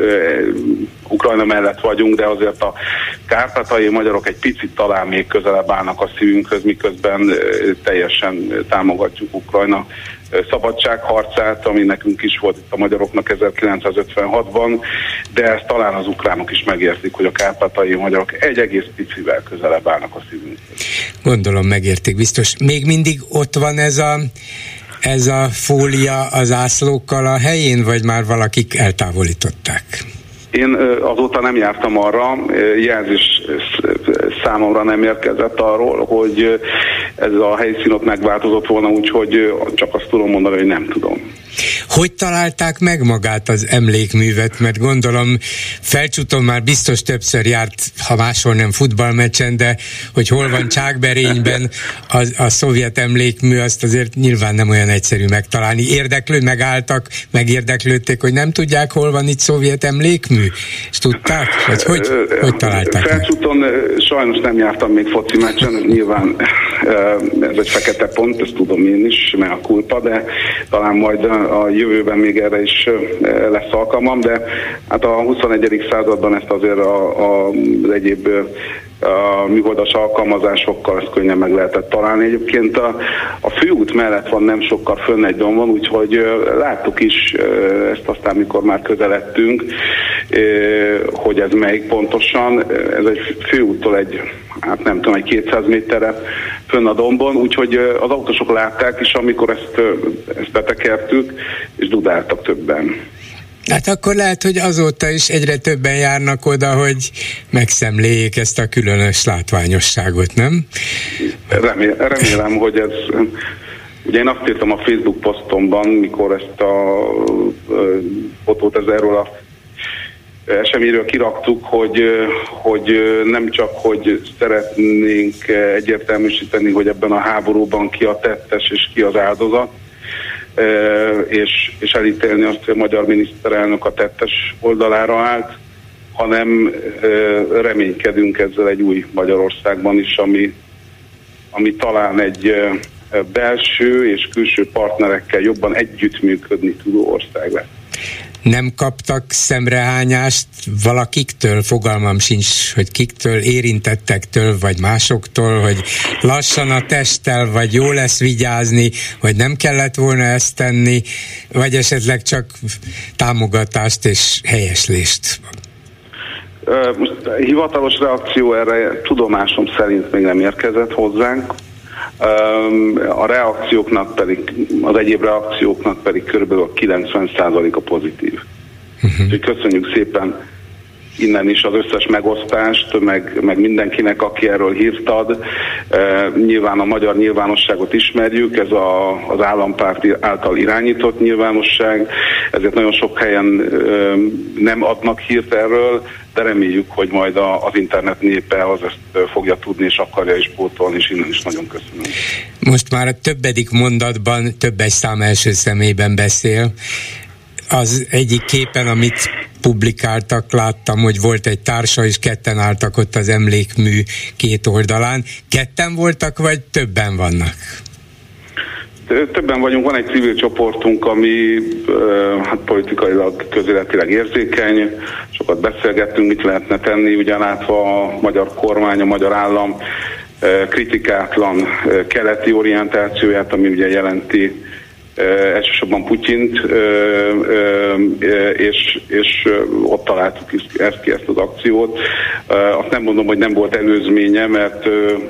Ukrajna mellett vagyunk, de azért a kárpátaljai magyarok egy picit talán még közelebb állnak a szívünkhöz, miközben teljesen támogatjuk Ukrajna szabadságharcát, ami nekünk is volt itt a magyaroknak 1956-ban, de ezt talán az ukránok is megértik, hogy a kárpátaljai magyarok egy egész picivel közelebb állnak a szívünkhöz. Gondolom megértik biztos. Még mindig ott van ez a
ez a fólia az ászlókkal a helyén, vagy már valakik eltávolították?
Én azóta nem jártam arra, jelzés számomra nem érkezett arról, hogy ez a helyszín ott megváltozott volna, úgyhogy csak azt tudom mondani, hogy nem tudom.
Hogy találták meg magát az emlékművet? Mert gondolom, Felcsúton már biztos többször járt, ha máshol nem futballmeccsen, de hogy hol van Csákberényben a szovjet emlékmű, azt azért nyilván nem olyan egyszerű megtalálni. Megálltak, megérdeklődték, hogy nem tudják, hol van itt szovjet emlékmű? És tudták? Vagy hogy találták
Felcsúton
meg?
Sajnos nem jártam még foci meccsen, nyilván ez egy fekete pont, ezt tudom én is, mert a kulpa, de talán majd a jövőben még erre is lesz alkalmam, de hát a 21. században ezt azért az egyéb a műholdas alkalmazásokkal ezt könnyen meg lehetett találni. Egyébként a főút mellett van nem sokkal fönn egy dombon, úgyhogy láttuk is ezt aztán, mikor már közeledtünk, hogy ez melyik pontosan. Ez egy főúttól egy 200 méterre fönn a dombon, úgyhogy az autósok látták is, amikor ezt betekertük, és dudáltak többen.
Hát akkor lehet, hogy azóta is egyre többen járnak oda, hogy megszemléljék ezt a különös látványosságot, nem?
Remélem, hogy ez... Ugye én azt írtam a Facebook posztomban, mikor ezt a fotót ezerről a eseményről kiraktuk, hogy nem csak, hogy szeretnénk egyértelműsíteni, hogy ebben a háborúban ki a tettes és ki az áldozat, és elítélni azt, hogy a magyar miniszterelnök a tettes oldalára állt, hanem reménykedünk ezzel egy új Magyarországban is, ami talán egy belső és külső partnerekkel jobban együttműködni tudó ország lesz.
Nem kaptak szemrehányást valakiktől? Fogalmam sincs, hogy kiktől, érintettektől, vagy másoktól, hogy lassan a testtel, vagy jó lesz vigyázni, vagy nem kellett volna ezt tenni, vagy esetleg csak támogatást és helyeslést?
Most hivatalos reakció erre tudomásom szerint még nem érkezett hozzánk. A reakcióknak pedig, az egyéb reakcióknak pedig körülbelül 90%-a pozitív. Úgyhogy köszönjük szépen innen is az összes megosztást, meg mindenkinek, aki erről hírt ad. Nyilván a magyar nyilvánosságot ismerjük, ez az állampárt által irányított nyilvánosság, ezért nagyon sok helyen nem adnak hírt erről, de reméljük, hogy majd az internet népe az ezt fogja tudni, és akarja is pótolni, és innen is nagyon köszönöm.
Most már a többedik mondatban többes szám első személyben beszél. Az egyik képen, amit publikáltak, láttam, hogy volt egy társa, és ketten álltak ott az emlékmű két oldalán. Ketten voltak, vagy többen vannak?
Többen vagyunk, van egy civil csoportunk, ami politikailag, közéletileg érzékeny, sokat beszélgettünk, mit lehetne tenni, ugye látva a magyar kormány, a magyar állam kritikátlan keleti orientációját, ami ugye jelenti elsősorban Putyint, és ott találtuk ki ezt az akciót. Azt nem mondom, hogy nem volt előzménye, mert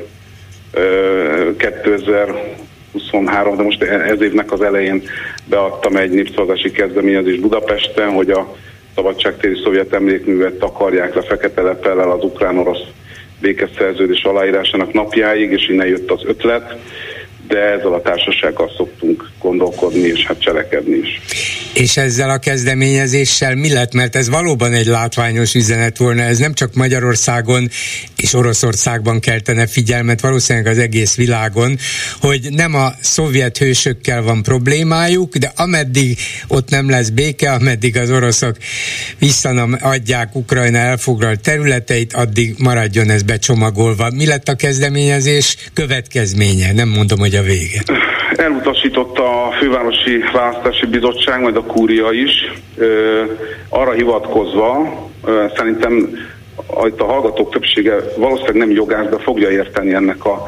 2023, de most ez évnek az elején beadtam egy népszavazási kezdeményezést Budapesten, hogy a szabadságtéri szovjet emlékművet takarják le fekete leppellel az ukrán-orosz békeszerződés aláírásának napjáig, és innen jött az ötlet, de ezzel a társasággal szoktunk gondolkodni, és hát cselekedni is.
És ezzel a kezdeményezéssel mi lett? Mert ez valóban egy látványos üzenet volna, ez nem csak Magyarországon és Oroszországban keltene figyelmet, valószínűleg az egész világon, hogy nem a szovjet hősökkel van problémájuk, de ameddig ott nem lesz béke, ameddig az oroszok visszaadják Ukrajna elfoglalt területeit, addig maradjon ez becsomagolva. Mi lett a kezdeményezés következménye? Nem mondom, hogy a vége.
Elutasította a Fővárosi Választási Bizottság, majd a Kúria is, arra hivatkozva, szerintem itt a hallgatók többsége valószínűleg nem jogász, de fogja érteni ennek a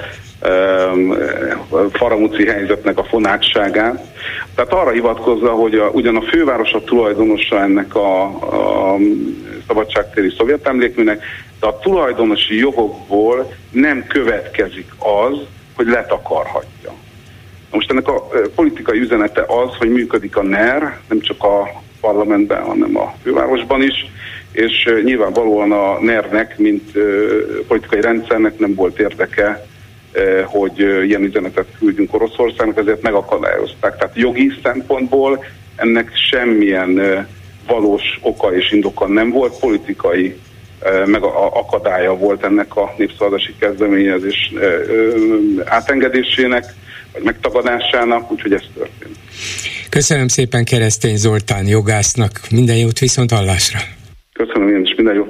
faramúci helyzetnek a fonátságát. Tehát arra hivatkozva, hogy ugyan a főváros a tulajdonosa ennek a szabadságtéri szovjet emlékműnek, de a tulajdonosi jogokból nem következik az, hogy letakarhatja. Most ennek a politikai üzenete az, hogy működik a NER, nem csak a parlamentben, hanem a fővárosban is, és nyilvánvalóan a NER-nek, mint politikai rendszernek nem volt érdeke, hogy ilyen üzenetet küldjünk Oroszországnak, ezért megakadályozták. Tehát jogi szempontból ennek semmilyen valós oka és indoka nem volt, politikai meg akadálya volt ennek a népszavazási kezdeményezés átengedésének, vagy megtagadásának, úgyhogy ez történt.
Köszönöm szépen Keresztény Zoltán jogásznak, minden jót, viszont hallásra.
Köszönöm én is, minden jót.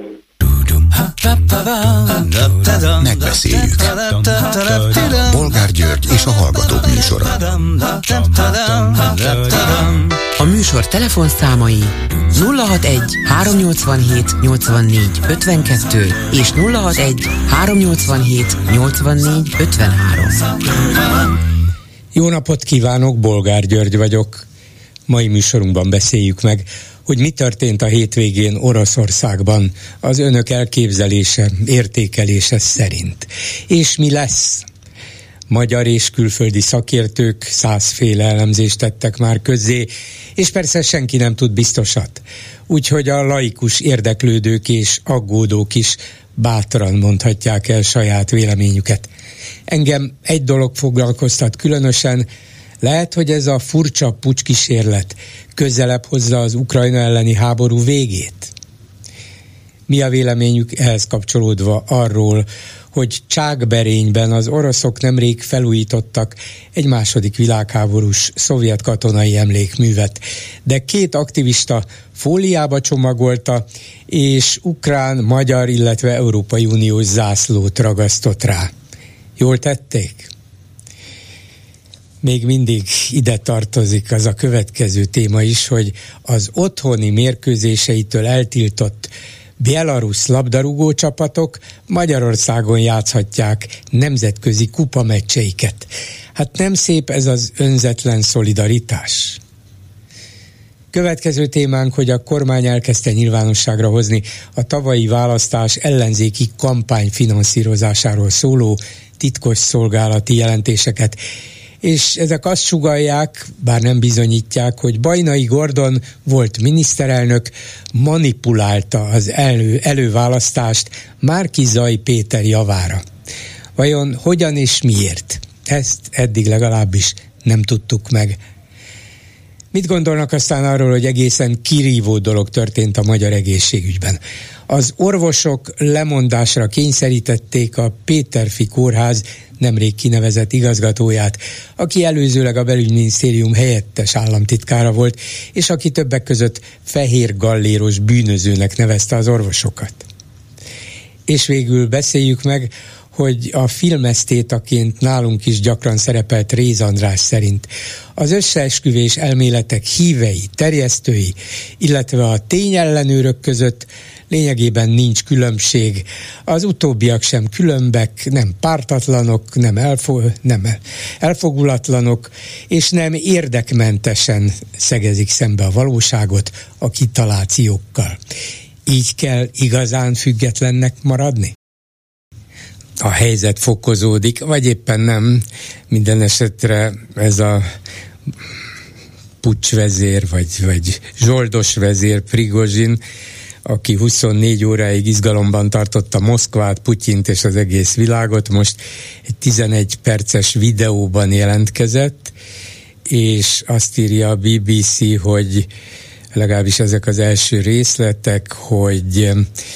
Megbeszéljük. Bolgár György és a Hallgatók műsora.
A műsor telefonszámai 061 387 84 52 és 061 387 84 53.
Jó napot kívánok, Bolgár György vagyok. Mai műsorunkban beszéljük meg, hogy mi történt a hétvégén Oroszországban az önök elképzelése, értékelése szerint. És mi lesz? Magyar és külföldi szakértők 100 féle elemzést tettek már közzé, és persze senki nem tud biztosat. Úgyhogy a laikus érdeklődők és aggódók is bátran mondhatják el saját véleményüket. Engem egy dolog foglalkoztat különösen, lehet, hogy ez a furcsa pucskísérlet közelebb hozza az Ukrajna elleni háború végét? Mi a véleményük ehhez kapcsolódva arról, hogy Csákberényben az oroszok nemrég felújítottak egy második világháborús szovjet katonai emlékművet, de 2 aktivista fóliába csomagolta, és ukrán, magyar, illetve Európai Uniós zászlót ragasztott rá. Jól tették? Még mindig ide tartozik az a következő téma is, hogy az otthoni mérkőzéseitől eltiltott belarusz labdarúgó csapatok Magyarországon játszhatják nemzetközi kupameccseiket. Hát nem szép ez az önzetlen szolidaritás? Következő témánk, hogy a kormány elkezdte nyilvánosságra hozni a tavalyi választás ellenzéki kampány finanszírozásáról szóló titkos szolgálati jelentéseket. És ezek azt sugallják, bár nem bizonyítják, hogy Bajnai Gordon volt miniszterelnök, manipulálta az előválasztást Márki-Zay Péter javára. Vajon hogyan és miért? Ezt eddig legalábbis nem tudtuk meg. Mit gondolnak aztán arról, hogy egészen kirívó dolog történt a magyar egészségügyben? Az orvosok lemondásra kényszerítették a Péterfi Kórház nemrég kinevezett igazgatóját, aki előzőleg a belügyminisztérium helyettes államtitkára volt, és aki többek között fehér galléros bűnözőnek nevezte az orvosokat. És végül beszéljük meg, hogy a filmesztétaként nálunk is gyakran szerepelt Réz András szerint az összeesküvés elméletek hívei, terjesztői, illetve a tényellenőrök között lényegében nincs különbség. Az utóbbiak sem különbek, nem pártatlanok, nem elfogulatlanok, és nem érdekmentesen szegezik szembe a valóságot a kitalációkkal. Így kell igazán függetlennek maradni? A helyzet fokozódik, vagy éppen nem. Minden esetre ez a puccsvezér, vagy zsoldos vezér Prigozsin, aki 24 óráig izgalomban tartotta Moszkvát, Putyint és az egész világot, most egy 11 perces videóban jelentkezett, és azt írja a BBC, hogy legalábbis ezek az első részletek, hogy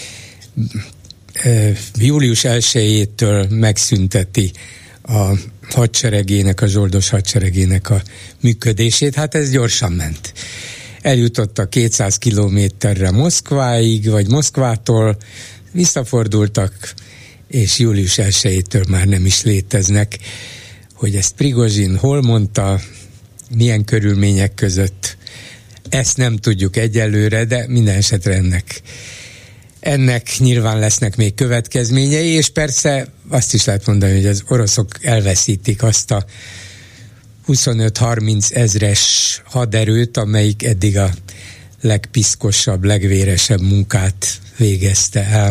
július 1-től megszünteti a hadseregének, a zsoldos hadseregének a működését. Hát ez gyorsan ment. Eljutottak 200 kilométerre Moszkváig, vagy Moszkvától, visszafordultak, és július 1-től már nem is léteznek. Hogy ezt Prigozsin hol mondta, milyen körülmények között, ezt nem tudjuk egyelőre, de minden esetre ennek nyilván lesznek még következményei, és persze azt is lehet mondani, hogy az oroszok elveszítik azt a 25-30 ezres haderőt, amelyik eddig a legpiszkosabb, legvéresebb munkát végezte el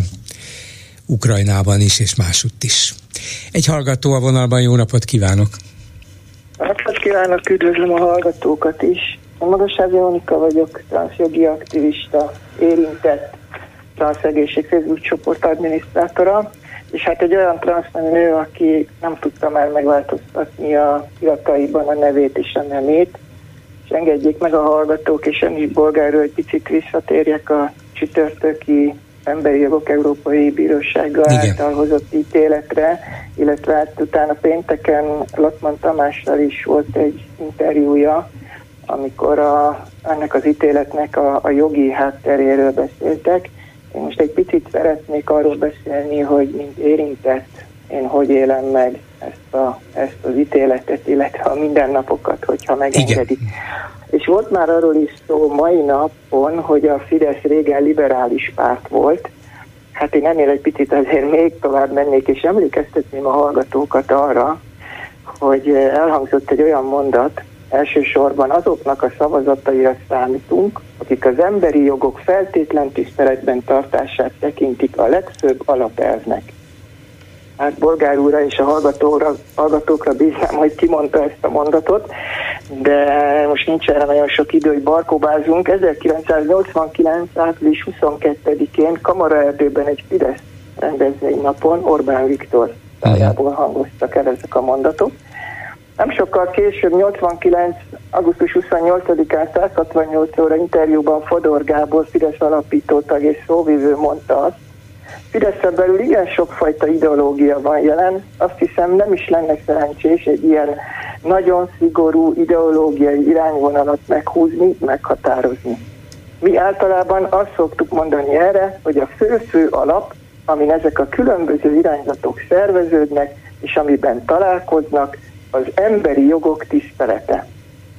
Ukrajnában is, és másutt is. Egy hallgató a vonalban, jó napot kívánok!
Napot kívánok, üdvözlöm a hallgatókat is. Magasági Jónika vagyok, transzjogi aktivista, érintett transzegészség Facebook csoport adminisztrátora, és hát egy olyan transznemű nő, aki nem tudta már megváltoztatni a irataiban a nevét és a nemét, és engedjék meg a hallgatók, és Enis Bolgárról egy picit visszatérjek a csütörtöki Emberi Jogok Európai Bírósága által hozott ítéletre, illetve hát utána pénteken Latman Tamással is volt egy interjúja, amikor ennek az ítéletnek a jogi hátteréről beszéltek. Én most egy picit szeretnék arról beszélni, hogy mint érintett, én hogy élem meg ezt az ítéletet, illetve a mindennapokat, hogyha megengedik. És volt már arról is szó mai napon, hogy a Fidesz régen liberális párt volt. Hát én ennél egy picit azért még tovább mennék, és emlékeztetném a hallgatókat arra, hogy elhangzott egy olyan mondat, elsősorban azoknak a szavazataira számítunk, akik az emberi jogok feltétlen tiszteletben tartását tekintik a legfőbb alapelvnek. Hát Bolgár úrra és a hallgatókra bízom, hogy kimondta ezt a mondatot, de most nincs erre nagyon sok idő, hogy barkóbázunk. 1989. április 22-én Kamaraerdőben egy Fidesz rendezvénynapon Orbán Viktor szájából hangoztak el ezek a mondatok. Nem sokkal később, 89. augusztus 28-án 168 óra interjúban Fodor Gábor, Fidesz alapítótag és szóvivő mondta azt, Fideszen belül igen sokfajta ideológia van jelen, azt hiszem nem is lenne szerencsés egy ilyen nagyon szigorú ideológiai irányvonalat meghúzni, meghatározni. Mi általában azt szoktuk mondani erre, hogy a fő alap, amin ezek a különböző irányzatok szerveződnek, és amiben találkoznak, az emberi jogok tisztelete.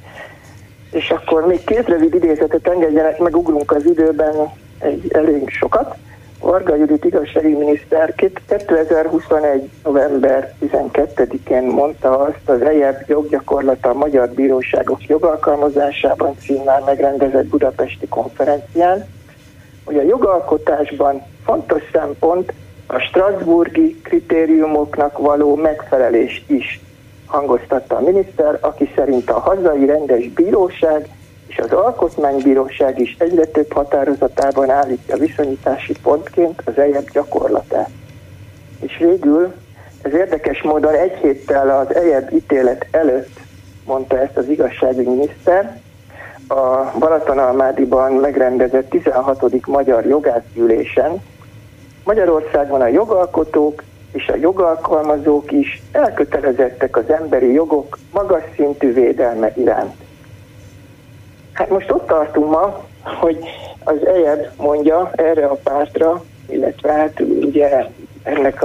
És akkor még két rövid idézetet engedjenek, megugrunk az időben elég sokat. Varga Judit igazságügyminiszter 2021. november 12-én mondta azt az EJEB joggyakorlata a magyar bíróságok jogalkalmazásában címmel megrendezett budapesti konferencián, hogy a jogalkotásban fontos szempont a strasbourgi kritériumoknak való megfelelés is, hangoztatta a miniszter, aki szerint a hazai rendes bíróság és az alkotmánybíróság is egyre több határozatában állítja viszonyítási pontként az EJEB gyakorlatát. És végül, ez érdekes módon egy héttel az EJEB ítélet előtt mondta ezt az igazságügyminiszter, a Balatonalmádiban megrendezett 16. Magyar Jogászgyűlésen. Magyarországon a jogalkotók és a jogalkalmazók is elkötelezettek az emberi jogok magas szintű védelme iránt. Hát most ott tartunk ma, hogy az EJEB mondja erre a pártra, illetve hát ugye ennek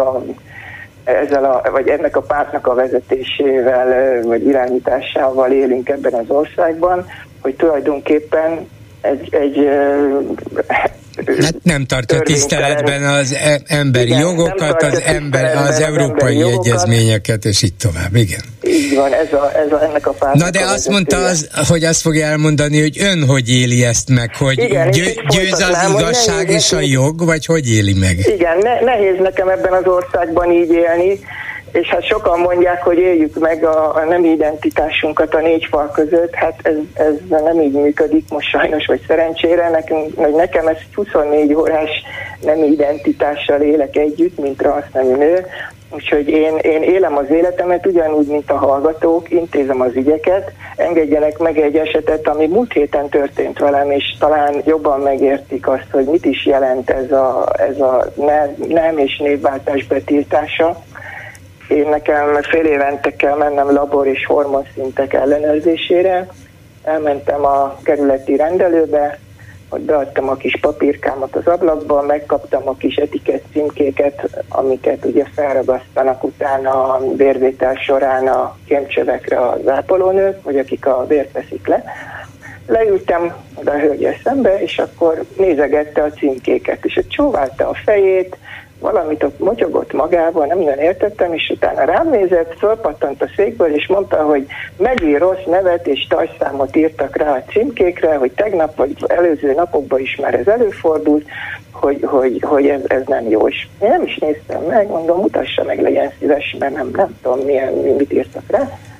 a pártnak a vezetésével vagy irányításával élünk ebben az országban, hogy tulajdonképpen egy
hát nem tartja tiszteletben az emberi jogokat, az európai egyezményeket, és így tovább, igen.
Így van, ennek a pártnak.
Na de azt mondta, hogy azt fogja elmondani, hogy ön hogy éli ezt meg, hogy igen, győz az igazság és a jog, vagy hogy éli meg? Igen,
nehéz nekem ebben az országban így élni, és hát sokan mondják, hogy éljük meg a nemi identitásunkat a négy fal között, hát ez nem így működik most sajnos, vagy szerencsére. Nekem ez 24 órás nemi identitással élek együtt, mint transznemű nő, úgyhogy én élem az életemet ugyanúgy, mint a hallgatók, intézem az ügyeket, engedjenek meg egy esetet, ami múlt héten történt velem, és talán jobban megértik azt, hogy mit is jelent ez a nem és névváltás betiltása. Nekem fél évente kell mennem labor és hormonszintek ellenőrzésére. Elmentem a kerületi rendelőbe, hogy beadtam a kis papírkámat az ablakba, megkaptam a kis etikett címkéket, amiket ugye felragasztanak utána a vérvétel során a kémcsövekre az ápolónők, vagy akik a vért veszik le. Leültem oda a hölgyel szembe, és akkor nézegette a címkéket, és csóválta a fejét, valamit ott motyogott magával, nem nagyon értettem, és utána rám nézett, fölpattant a székből, és mondta, hogy megint rossz nevet és tajszámot írtak rá a címkékre, hogy tegnap vagy előző napokban is már ez előfordult, hogy ez nem jó. És én nem is néztem meg, mondom, mutassa meg, legyen szíves, mert nem tudom, mit írtak rá. És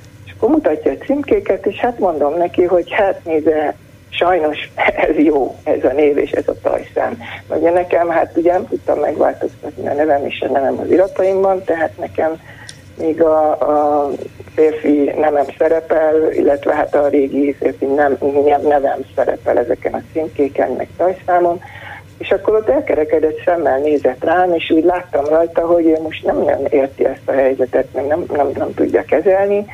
akkor mutatja a címkéket, és hát mondom neki, hogy hát nézze, sajnos ez jó, ez a név és ez a tajszám. Ugye nekem, hát ugye nem tudtam megváltoztatni a nevem és a nevem az irataimban, tehát nekem még a férfi nemem szerepel, illetve hát a régi férfi nevem szerepel ezeken a címkéken, meg tajszámon, és akkor ott elkerekedett szemmel nézett rám, és úgy láttam rajta, hogy ő most nem érti ezt a helyzetet, meg nem tudja kezelni.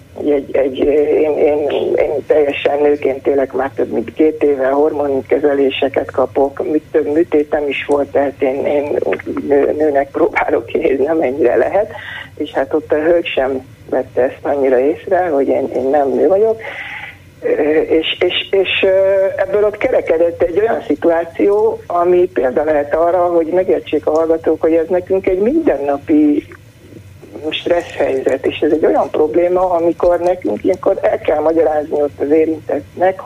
Én teljesen nőként élek már több mint 2 éve, hormonkezeléseket kapok, több műtétem is volt, tehát én nőnek próbálok kinézni, amennyire lehet, és hát ott a hölgy sem vette ezt annyira észre, hogy én nem nő vagyok, és ebből ott kerekedett egy olyan szituáció, ami példa lehet arra, hogy megértsék a hallgatók, hogy ez nekünk egy mindennapi stressz helyzet, és ez egy olyan probléma, amikor nekünk ilyenkor el kell magyarázni ott az érintettnek,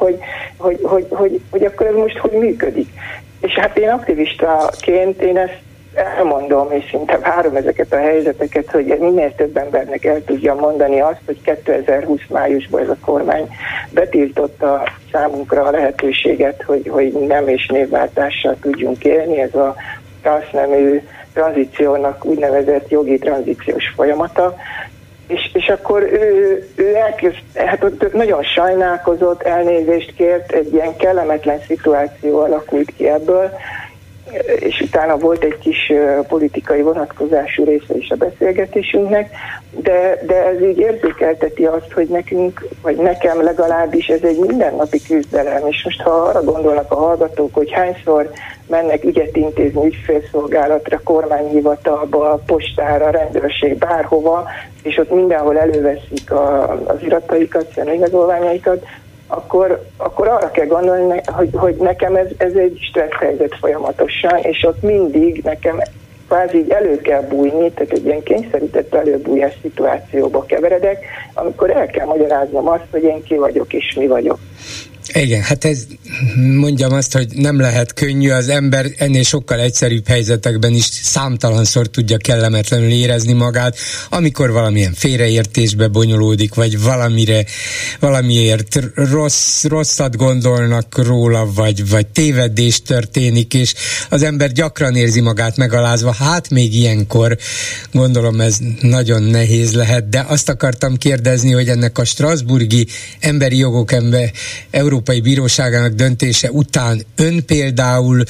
hogy akkor ez most hogy működik. És hát én aktivistaként én ezt elmondom, és szinte várom ezeket a helyzeteket, hogy minél több embernek el tudja mondani azt, hogy 2020 májusban ez a kormány betiltotta számunkra a lehetőséget, hogy nem és névváltással tudjunk élni, ez a transznemű tranzíciónak úgynevezett jogi tranzíciós folyamata, és akkor ő elkezd, hát ott nagyon sajnálkozott, elnézést kért, egy ilyen kellemetlen szituáció alakult ki ebből, és utána volt egy kis politikai vonatkozású része is a beszélgetésünknek, de ez így érzékelteti azt, hogy nekünk, vagy nekem legalábbis ez egy mindennapi küzdelem, és most ha arra gondolnak a hallgatók, hogy hányszor mennek ügyet intézni ügyfélszolgálatra, kormányhivatalba, postára, rendőrség, bárhova, és ott mindenhol előveszik az irataikat, személyigazolványaikat, akkor arra kell gondolni, hogy nekem ez egy stressz helyzet folyamatosan, és ott mindig nekem kvázi így elő kell bújni, tehát egy ilyen kényszerített előbújás szituációba keveredek, amikor el kell magyaráznom azt, hogy én ki vagyok és mi vagyok.
Igen, hát ez, mondjam azt, hogy nem lehet könnyű, az ember ennél sokkal egyszerűbb helyzetekben is számtalanszor tudja kellemetlenül érezni magát, amikor valamilyen félreértésbe bonyolódik, vagy valamiért rosszat gondolnak róla, vagy tévedés történik, és az ember gyakran érzi magát megalázva, hát még ilyenkor gondolom ez nagyon nehéz lehet, de azt akartam kérdezni, hogy ennek a strasbourgi emberi jogok Európai Bíróságának döntése után ön például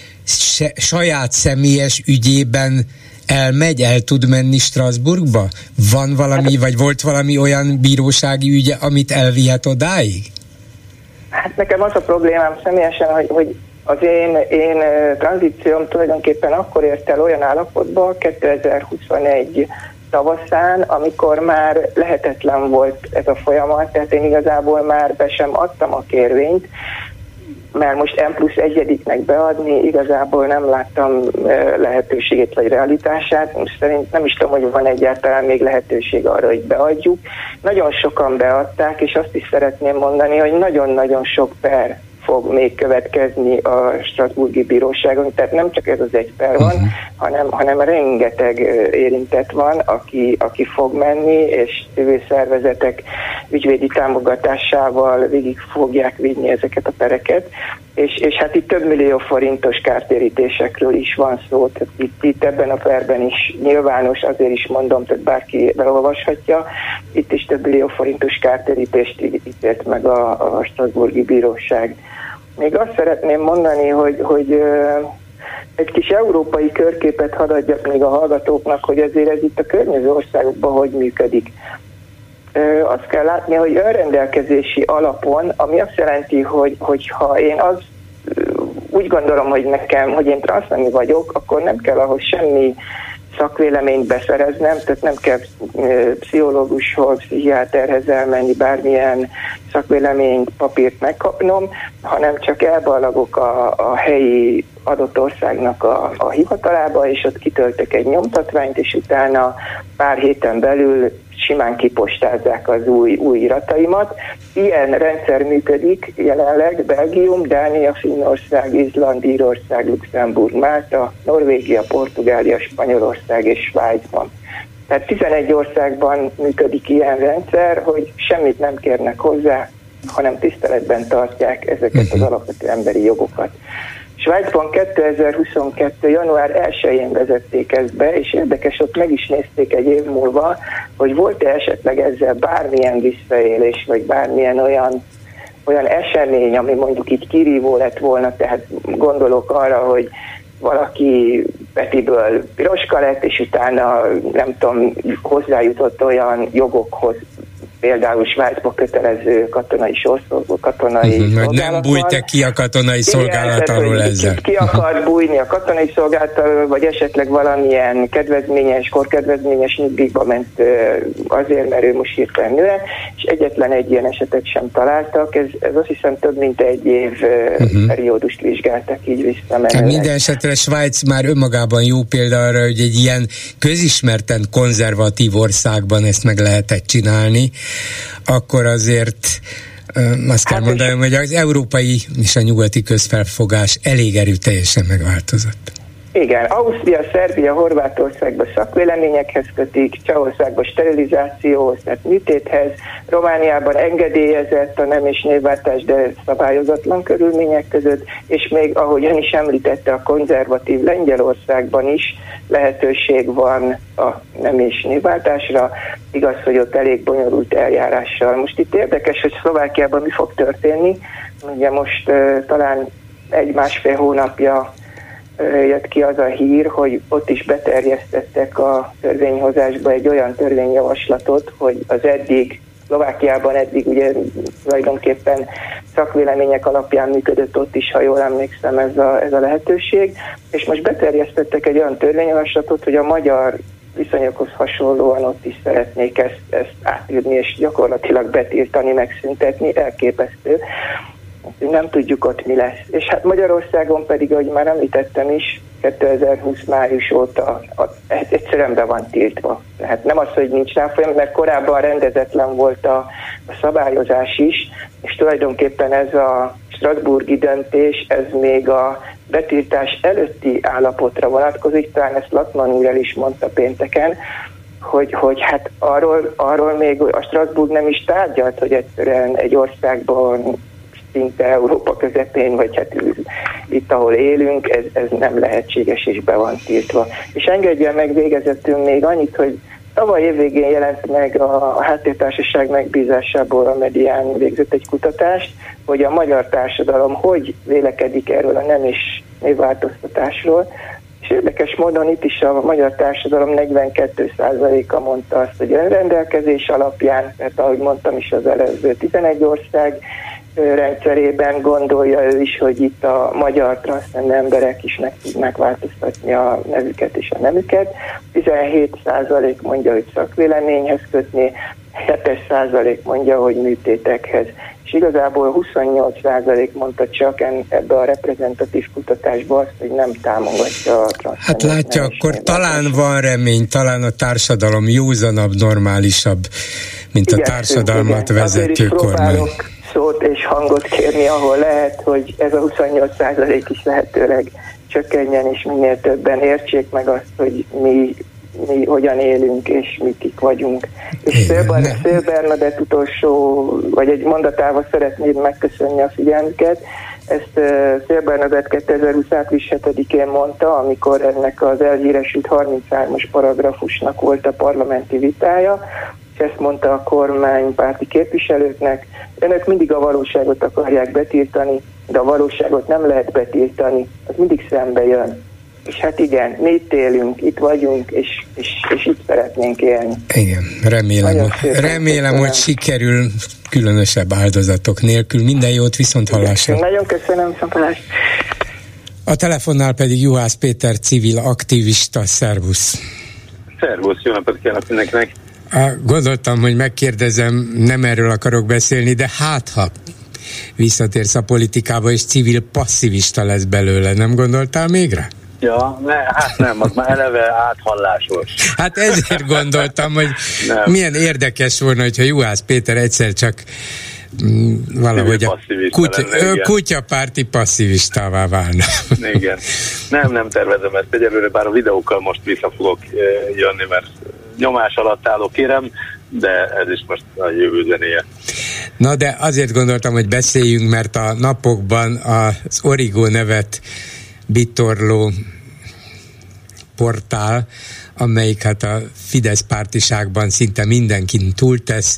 saját személyes ügyében el tud menni Strasbourgba? Van valami, vagy volt valami olyan bírósági ügye, amit elvihet odáig?
Hát nekem az a problémám személyesen, hogy az én tranzícióm tulajdonképpen akkor ért el olyan állapotba 2021 tavaszán, amikor már lehetetlen volt ez a folyamat, tehát én igazából már be sem adtam a kérvényt, mert most N+1-nek beadni igazából nem láttam lehetőségét vagy realitását, most szerint nem is tudom, hogy van egyáltalán még lehetőség arra, hogy beadjuk. Nagyon sokan beadták, és azt is szeretném mondani, hogy nagyon-nagyon sok per fog még következni a strasbourgi bíróságon, tehát nem csak ez az egy per van, hanem rengeteg érintett van, aki fog menni, és civil szervezetek ügyvédi támogatásával végig fogják vinni ezeket a pereket, és hát itt több millió forintos kártérítésekről is van szó, tehát itt ebben a perben is nyilvános, azért is mondom, tehát bárki beolvashatja, itt is több millió forintos kártérítést ítélt meg a strasbourgi bíróság. Még azt szeretném mondani, hogy egy kis európai körképet hadd adjak még a hallgatóknak, hogy azért ez itt a környező országokban hogy működik. Azt kell látni, hogy önrendelkezési alapon, ami azt jelenti, hogy ha én úgy gondolom, hogy én transznemű vagyok, akkor nem kell ahhoz semmi szakvéleményt beszereznem, tehát nem kell pszichológushoz, pszichiáterhez elmenni, bármilyen szakvéleményt, papírt megkapnom, hanem csak elballagok a helyi adott országnak a hivatalába, és ott kitöltök egy nyomtatványt, és utána pár héten belül simán kipostázzák az új irataimat. Ilyen rendszer működik jelenleg Belgium, Dánia, Finnország, Izland, Írország, Luxemburg, Málta, Norvégia, Portugália, Spanyolország és Svájcban. Tehát 11 országban működik ilyen rendszer, hogy semmit nem kérnek hozzá, hanem tiszteletben tartják ezeket az alapvető emberi jogokat. Svájcban 2022. január 1-én vezették ezt be, és érdekes, ott meg is nézték egy év múlva, hogy volt-e esetleg ezzel bármilyen visszaélés, vagy bármilyen olyan esemény, ami mondjuk így kirívó lett volna, tehát gondolok arra, hogy valaki Petiből piroska lett, és utána nem tudom, hozzájutott olyan jogokhoz, például Svájcba kötelező katonai szolgálat.
Nem bújt ki a katonai szolgálat alól ezzel.
Ki akar bújni a katonai szolgálat alól, vagy esetleg valamilyen korkedvezményes nyugdíjba ment azért, mert ő most hirtelen nő, és egyetlen egy ilyen esetet sem találtak. Ez azt hiszem több mint egy év periódust vizsgáltak így visszamenőleg.
Minden esetre Svájc már önmagában jó példa arra, hogy egy ilyen közismerten konzervatív országban ezt meg lehetett csinálni, akkor azért azt kell mondanom, hogy az európai és a nyugati közfelfogás elég erőteljesen megváltozott.
Igen, Ausztria, Szerbia, Horvátországban szakvéleményekhez kötik, Csehországban sterilizációhoz, tehát műtéthez, Romániában engedélyezett a nem és névváltás, de szabályozatlan körülmények között, és még, ahogy ön is említette, a konzervatív Lengyelországban is lehetőség van a nem és névváltásra, igaz, hogy ott elég bonyolult eljárással. Most itt érdekes, hogy Szlovákiában mi fog történni, ugye most talán 1-1,5 hónapja jött ki az a hír, hogy ott is beterjesztettek a törvényhozásba egy olyan törvényjavaslatot, hogy az Szlovákiában eddig ugye tulajdonképpen szakvélemények alapján működött ott is, ha jól emlékszem, ez a lehetőség, és most beterjesztettek egy olyan törvényjavaslatot, hogy a magyar viszonyokhoz hasonlóan ott is szeretnék ezt átírni, és gyakorlatilag betiltani, megszüntetni, elképesztő. Nem tudjuk ott mi lesz. És hát Magyarországon pedig, ahogy már említettem is, 2020 május óta egyszerűen be van tiltva. Tehát nem az, hogy nincs rá folyam, mert korábban rendezetlen volt a szabályozás is, és tulajdonképpen ez a strasbourgi döntés, ez még a betiltás előtti állapotra vonatkozik, talán ezt Latman úr el is mondta pénteken, hogy hát arról még a Strasbourg nem is tárgyalt, hogy egyszerűen egy országban szinte Európa közepén, vagy hát itt, ahol élünk, ez nem lehetséges és be van tiltva. És engedjen meg végezetül még annyit, hogy tavaly évvégén jelent meg a Háttértársaság megbízásából a Medián végzett egy kutatást, hogy a magyar társadalom hogy vélekedik erről a nem és névváltoztatásról, és érdekes módon itt is a magyar társadalom 42%-a mondta azt, hogy önrendelkezés alapján, tehát ahogy mondtam is az előző 11 ország rendszerében gondolja ő is, hogy itt a magyar transznemű emberek is meg tudnak változtatni a nevüket és a nemüket. 17% mondja, hogy szakvéleményhez kötni, 7% mondja, hogy műtétekhez. És igazából 28% mondta csak ebbe a reprezentatív kutatásba azt, hogy nem támogatja a transznemű.
Hát látja, akkor talán van remény, talán a társadalom józanabb, normálisabb, mint a társadalmat vezető kormány.
Szót és hangot kérni, ahol lehet, hogy ez a 28% is lehetőleg csökkenjen, és minél többen értsék meg azt, hogy mi hogyan élünk, és mi kik vagyunk. És Szél Bernadett utolsó, vagy egy mondatával szeretném megköszönni a figyelmüket. Ezt Szél Bernadett 2020. április 7-én mondta, amikor ennek az elhíresült 33-as paragrafusnak volt a parlamenti vitája, és ezt mondta a kormánypárti képviselőknek, önök mindig a valóságot akarják betiltani, de a valóságot nem lehet betiltani, az mindig szembe jön. És hát igen, mi itt élünk, itt vagyunk, és itt szeretnénk élni.
Igen, remélem, hogy sikerül különösebb áldozatok nélkül. Minden jót, viszonthallásra.
Nagyon köszönöm, viszonthallásra.
A telefonnál pedig Juhász Péter, civil aktivista. Szervusz.
Szervusz, jó napot kívánok mindenkinek.
Gondoltam, hogy megkérdezem, nem erről akarok beszélni, de ha visszatérsz a politikába, és civil passzivista lesz belőle, nem gondoltál még rá?
Ja, hát nem, az már eleve áthallásos.
Hát ezért gondoltam, hogy milyen érdekes volna, hogyha Juhász Péter egyszer csak valahogy a kutyapárti passzivistává válna.
Igen. Nem tervezem ezt egyelőre, bár a videókkal most vissza fogok jönni, mert nyomás alatt állok, kérem, de ez is most a jövő zenéje.
Na de azért gondoltam, hogy beszéljünk, mert a napokban az Origo nevet bitorló portál, amelyik hát a Fidesz pártiságban szinte mindenkin túltesz,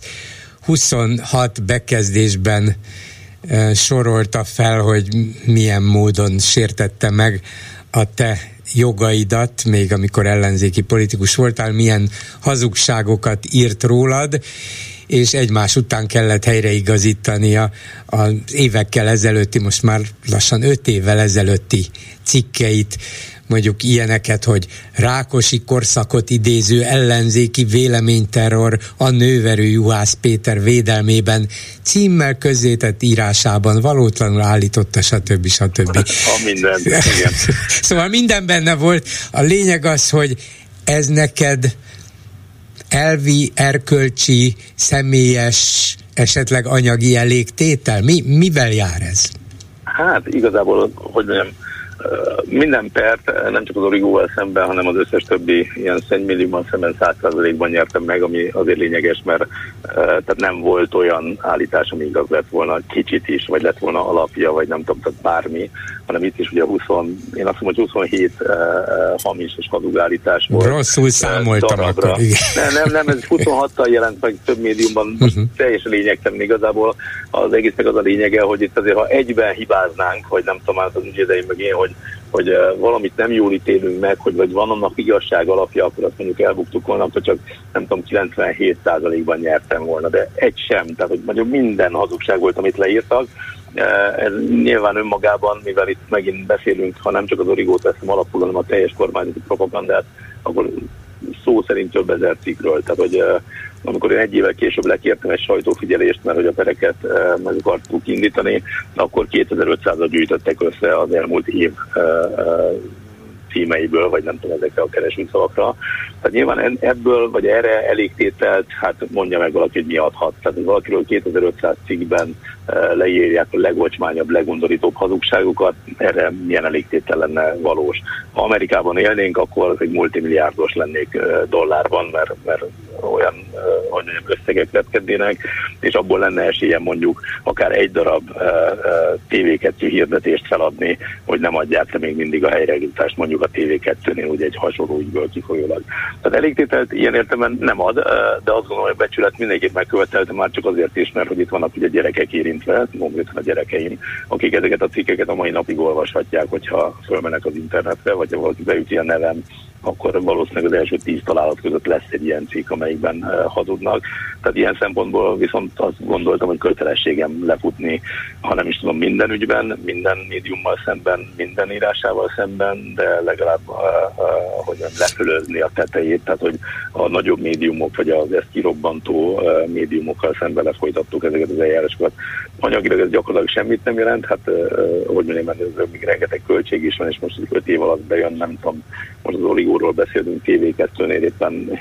26 bekezdésben sorolta fel, hogy milyen módon sértette meg a te jogaidat, még amikor ellenzéki politikus voltál, milyen hazugságokat írt rólad, és egymás után kellett helyreigazítania az évekkel ezelőtti, most már lassan 5 évvel ezelőtti cikkeit, mondjuk ilyeneket, hogy Rákosi korszakot idéző ellenzéki véleményterror a nőverő Juhász Péter védelmében címmel közzétett írásában valótlanul állította, stb.
A minden, igen.
Szóval minden benne volt. A lényeg az, hogy ez neked elvi, erkölcsi, személyes, esetleg anyagi elégtétel? Mivel jár ez?
Hát igazából, hogy mondjam, minden pert, nem csak az Origóval szemben, hanem az összes többi ilyen szennymillióban szemben 100%-ban nyertem meg, ami azért lényeges, mert tehát nem volt olyan állítás, ami igaz lett volna kicsit is, vagy lett volna alapja, vagy nem tudom, tehát bármi, hanem itt is ugye én azt mondom, hogy 27 hamis és hazug állítás volt.
Rosszul számoltam akkor.
Nem, ez 26-tal jelent meg több médiumban, most teljesen lényegtelen igazából. Az egésznek az a lényege, hogy itt azért, ha egyben hibáznánk, hogy nem tudom, az ügyédeim meg én, hogy valamit nem jól ítélünk meg, vagy van annak igazság alapja, akkor azt mondjuk elbuktuk volna, akkor csak nem tudom, 97%-ban nyertem volna, de egy sem, tehát hogy mondjuk minden hazugság volt, amit leírtak. Ez nyilván önmagában, mivel itt megint beszélünk, ha nem csak az Origót veszem alapul, hanem a teljes kormányzati propagandát, akkor szó szerint több ezer cikkről. Tehát, hogy amikor én egy évvel később lekértem egy sajtófigyelést, mert hogy a pereket meg akartuk indítani, akkor 2500-at gyűjtöttek össze az elmúlt év címeiből, vagy nem tudom, ezekre a keresőszavakra. Tehát nyilván ebből, vagy erre elégtételt, hát mondja meg valaki, hogy mi adhat. Tehát valakiről 2500 cikkben leírják a legocsmányabb, legundorítóbb hazugságokat, erre milyen elégtétel lenne valós. Ha Amerikában élnénk, akkor az egy multimilliárdos lennék dollárban, mert olyan összegek vetkednének, és abból lenne esélyen mondjuk akár egy darab TV2 hirdetést feladni, hogy nem adják le még mindig a helyreállítást mondjuk a TV2-nél, ugye egy hasonló ügyből kifolyólag. Tehát elégtételt ilyen értelemben nem ad, de azt gondolom, hogy a becsület mindenképp megkövetelte, már csak azért is, mert hogy itt vannak ugye gyerekek érintve, konkrétan a gyerekeim, akik ezeket a cikkeket a mai napig olvashatják, hogyha fölmennek az internetre, vagy ha valaki beüti a nevem, akkor valószínűleg az első 10 találat között lesz egy ilyen cikk, amelyikben hazudnak. Tehát ilyen szempontból viszont azt gondoltam, hogy kötelességem lefutni, ha nem is tudom, minden ügyben, minden médiummal szemben, minden írásával szemben, de legalább hogyan lefölözni a tetejét, tehát hogy a nagyobb médiumok, vagy az ezt kirobbantó médiumokkal szemben lefolytattuk ezeket az eljárásokat. Anyagilag ez gyakorlatilag semmit nem jelent, hát hogy mondjam, ez még rengeteg költség is van, és most 5 év alatt bejön, nem tudom, most az Origóról beszélünk, TV2-nél éppen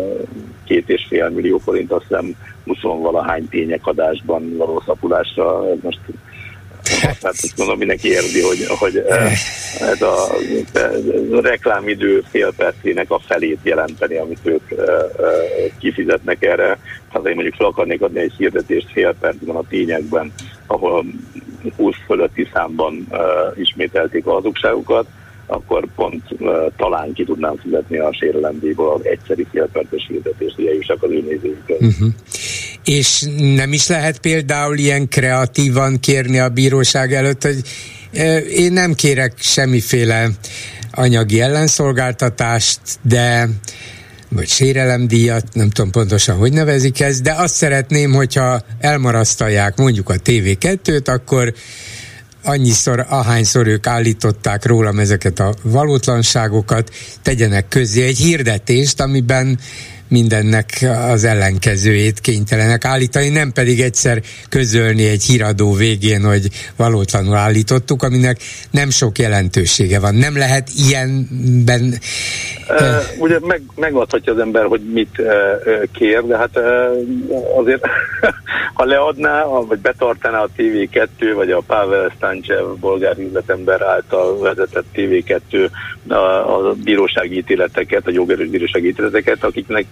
2,5 millió forint, azt hiszem 20-valahány tényekadásban való szapulásra, ez most hát azt mondom, mindenki érzi, hogy ez a reklámidő fél percének a felét jelenteni, amit ők kifizetnek erre. Hát én mondjuk fel akarnék adni egy hirdetést fél percben a tényekben, ahol 20 fölötti számban ismételték a hazugságokat, akkor pont talán ki tudnám fizetni a sérelemdíjból az egyszeri félperces hirdetést, hogy eljussak az ő nézőjükhöz.
És nem is lehet például ilyen kreatívan kérni a bíróság előtt, hogy én nem kérek semmiféle anyagi ellenszolgáltatást, de vagy sérelemdíjat, nem tudom pontosan, hogy nevezik ezt, de azt szeretném, hogyha elmarasztalják mondjuk a TV2-t, akkor annyiszor, ahányszor ők állították rólam ezeket a valótlanságokat, tegyenek közzé egy hirdetést, amiben mindennek az ellenkezőjét kénytelenek állítani, nem pedig egyszer közölni egy híradó végén, hogy valótlanul állítottuk, aminek nem sok jelentősége van. Nem lehet ilyenben...
Ugye megadhatja az ember, hogy mit kér, de hát azért ha leadná, vagy betartaná a TV2, vagy a Pavel Stancsev bolgár üzletember által vezetett TV2 a bírósági ítéleteket, a jogerős bírósági ítéleteket,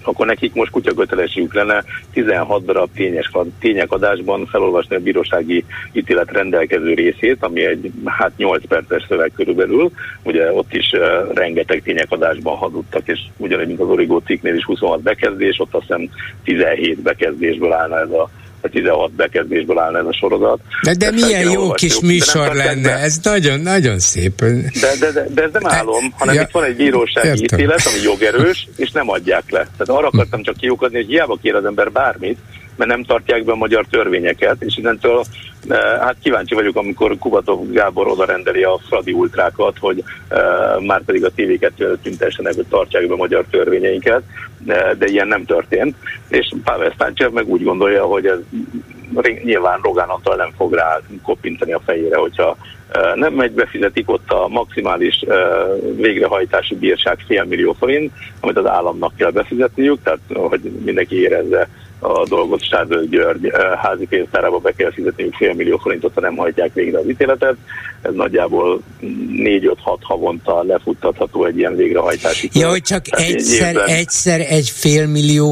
akkor nekik most kutyakötelességük lenne 16 darab tényekadásban felolvasni a bírósági ítélet rendelkező részét, ami egy 8 perces szöveg körülbelül. Ugye ott is rengeteg tényekadásban hazudtak, és ugyanúgy, mint az Origo cikknél is 26 bekezdés, ott azt hiszem 17 bekezdésből állna ez a 16 bekezdésből állna ez a sorozat.
De milyen jó kis műsor lenne, ez nagyon-nagyon szép.
De ez nem álom, hanem itt van egy bírósági ítélet, ami jogerős, és nem adják le. Tehát arra akartam csak kiukadni, hogy hiába kér az ember bármit, mert nem tartják be a magyar törvényeket, és innentől kíváncsi vagyok, amikor Kubatov Gábor oda rendeli a Fradi ultrákat, hogy már pedig a TV2 tüntessenek, hogy tartsák be a magyar törvényeinket, de ilyen nem történt. És Pavel Stancsev meg úgy gondolja, hogy ez nyilván Rogán Antal nem fog rá koppintani a fejére, hogyha nem megy, befizetik ott a maximális végrehajtási bírság $500 000, amit az államnak kell befizetniük, tehát hogy mindenki érezze a dolgot, Stádler György házi pénztárába be kell fizetniük $500 000, ha nem hajtják végre az ítéletet. Ez nagyjából 4-5-6 havonta lefuttatható egy ilyen végrehajtási.
Ja, hogy csak egyszer $1,5 millió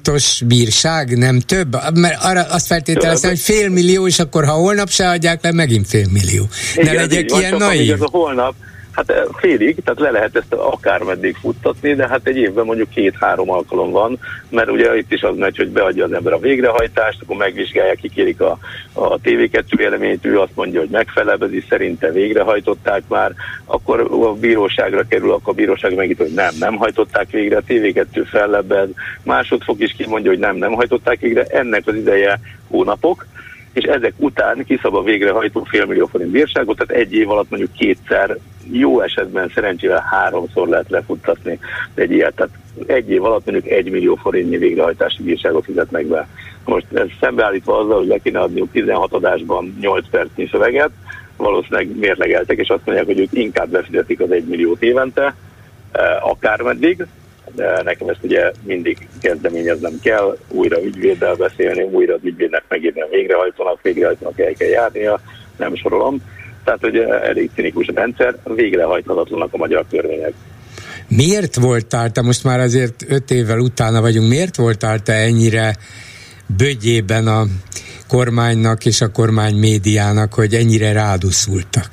bírság, nem több? Mert arra azt feltételezem, hogy $500 000, és akkor ha holnap se adják le, megint $500 000. Ne legyek ilyen naív.
Ez a holnap, félig, tehát le lehet ezt akármeddig futtatni, de hát egy évben mondjuk 2-3 alkalom van, mert ugye itt is az megy, hogy beadja az ember a végrehajtást, akkor megvizsgálják, kikérik a TV2 véleményt, ő azt mondja, hogy megfelebezi, szerinte végrehajtották már, akkor a bíróságra kerül, akkor a bíróság megít, hogy nem hajtották végre, a TV2 fellebbez, másodfok is kimondja, hogy nem hajtották végre, ennek az ideje hónapok, és ezek után kiszab a végrehajtó $500 000 bírságot, tehát egy év alatt mondjuk 2-szer, jó esetben szerencsével 3-szor lehet lefuttatni egy ilyet. Tehát egy év alatt mondjuk $1 millió végrehajtási bírságot fizetnek be. Most ez szembeállítva azzal, hogy le kéne adniuk 16 adásban 8 percnyi szöveget, valószínűleg mérlegeltek, és azt mondják, hogy ők inkább befizetik az $1 milliót évente, akármeddig. De nekem ezt ugye mindig kezdeményeznem kell, újra ügyvéddel beszélni, újra az ügyvédnek megírni a végrehajtónak el kell járnia, nem sorolom. Tehát, hogy elég cinikus a rendszer, végrehajthatatlanak a magyar törvények.
Miért voltál te, most már azért 5 évvel utána vagyunk, miért voltál te ennyire bögyében a kormánynak és a kormány médiának, hogy ennyire ráduszultak?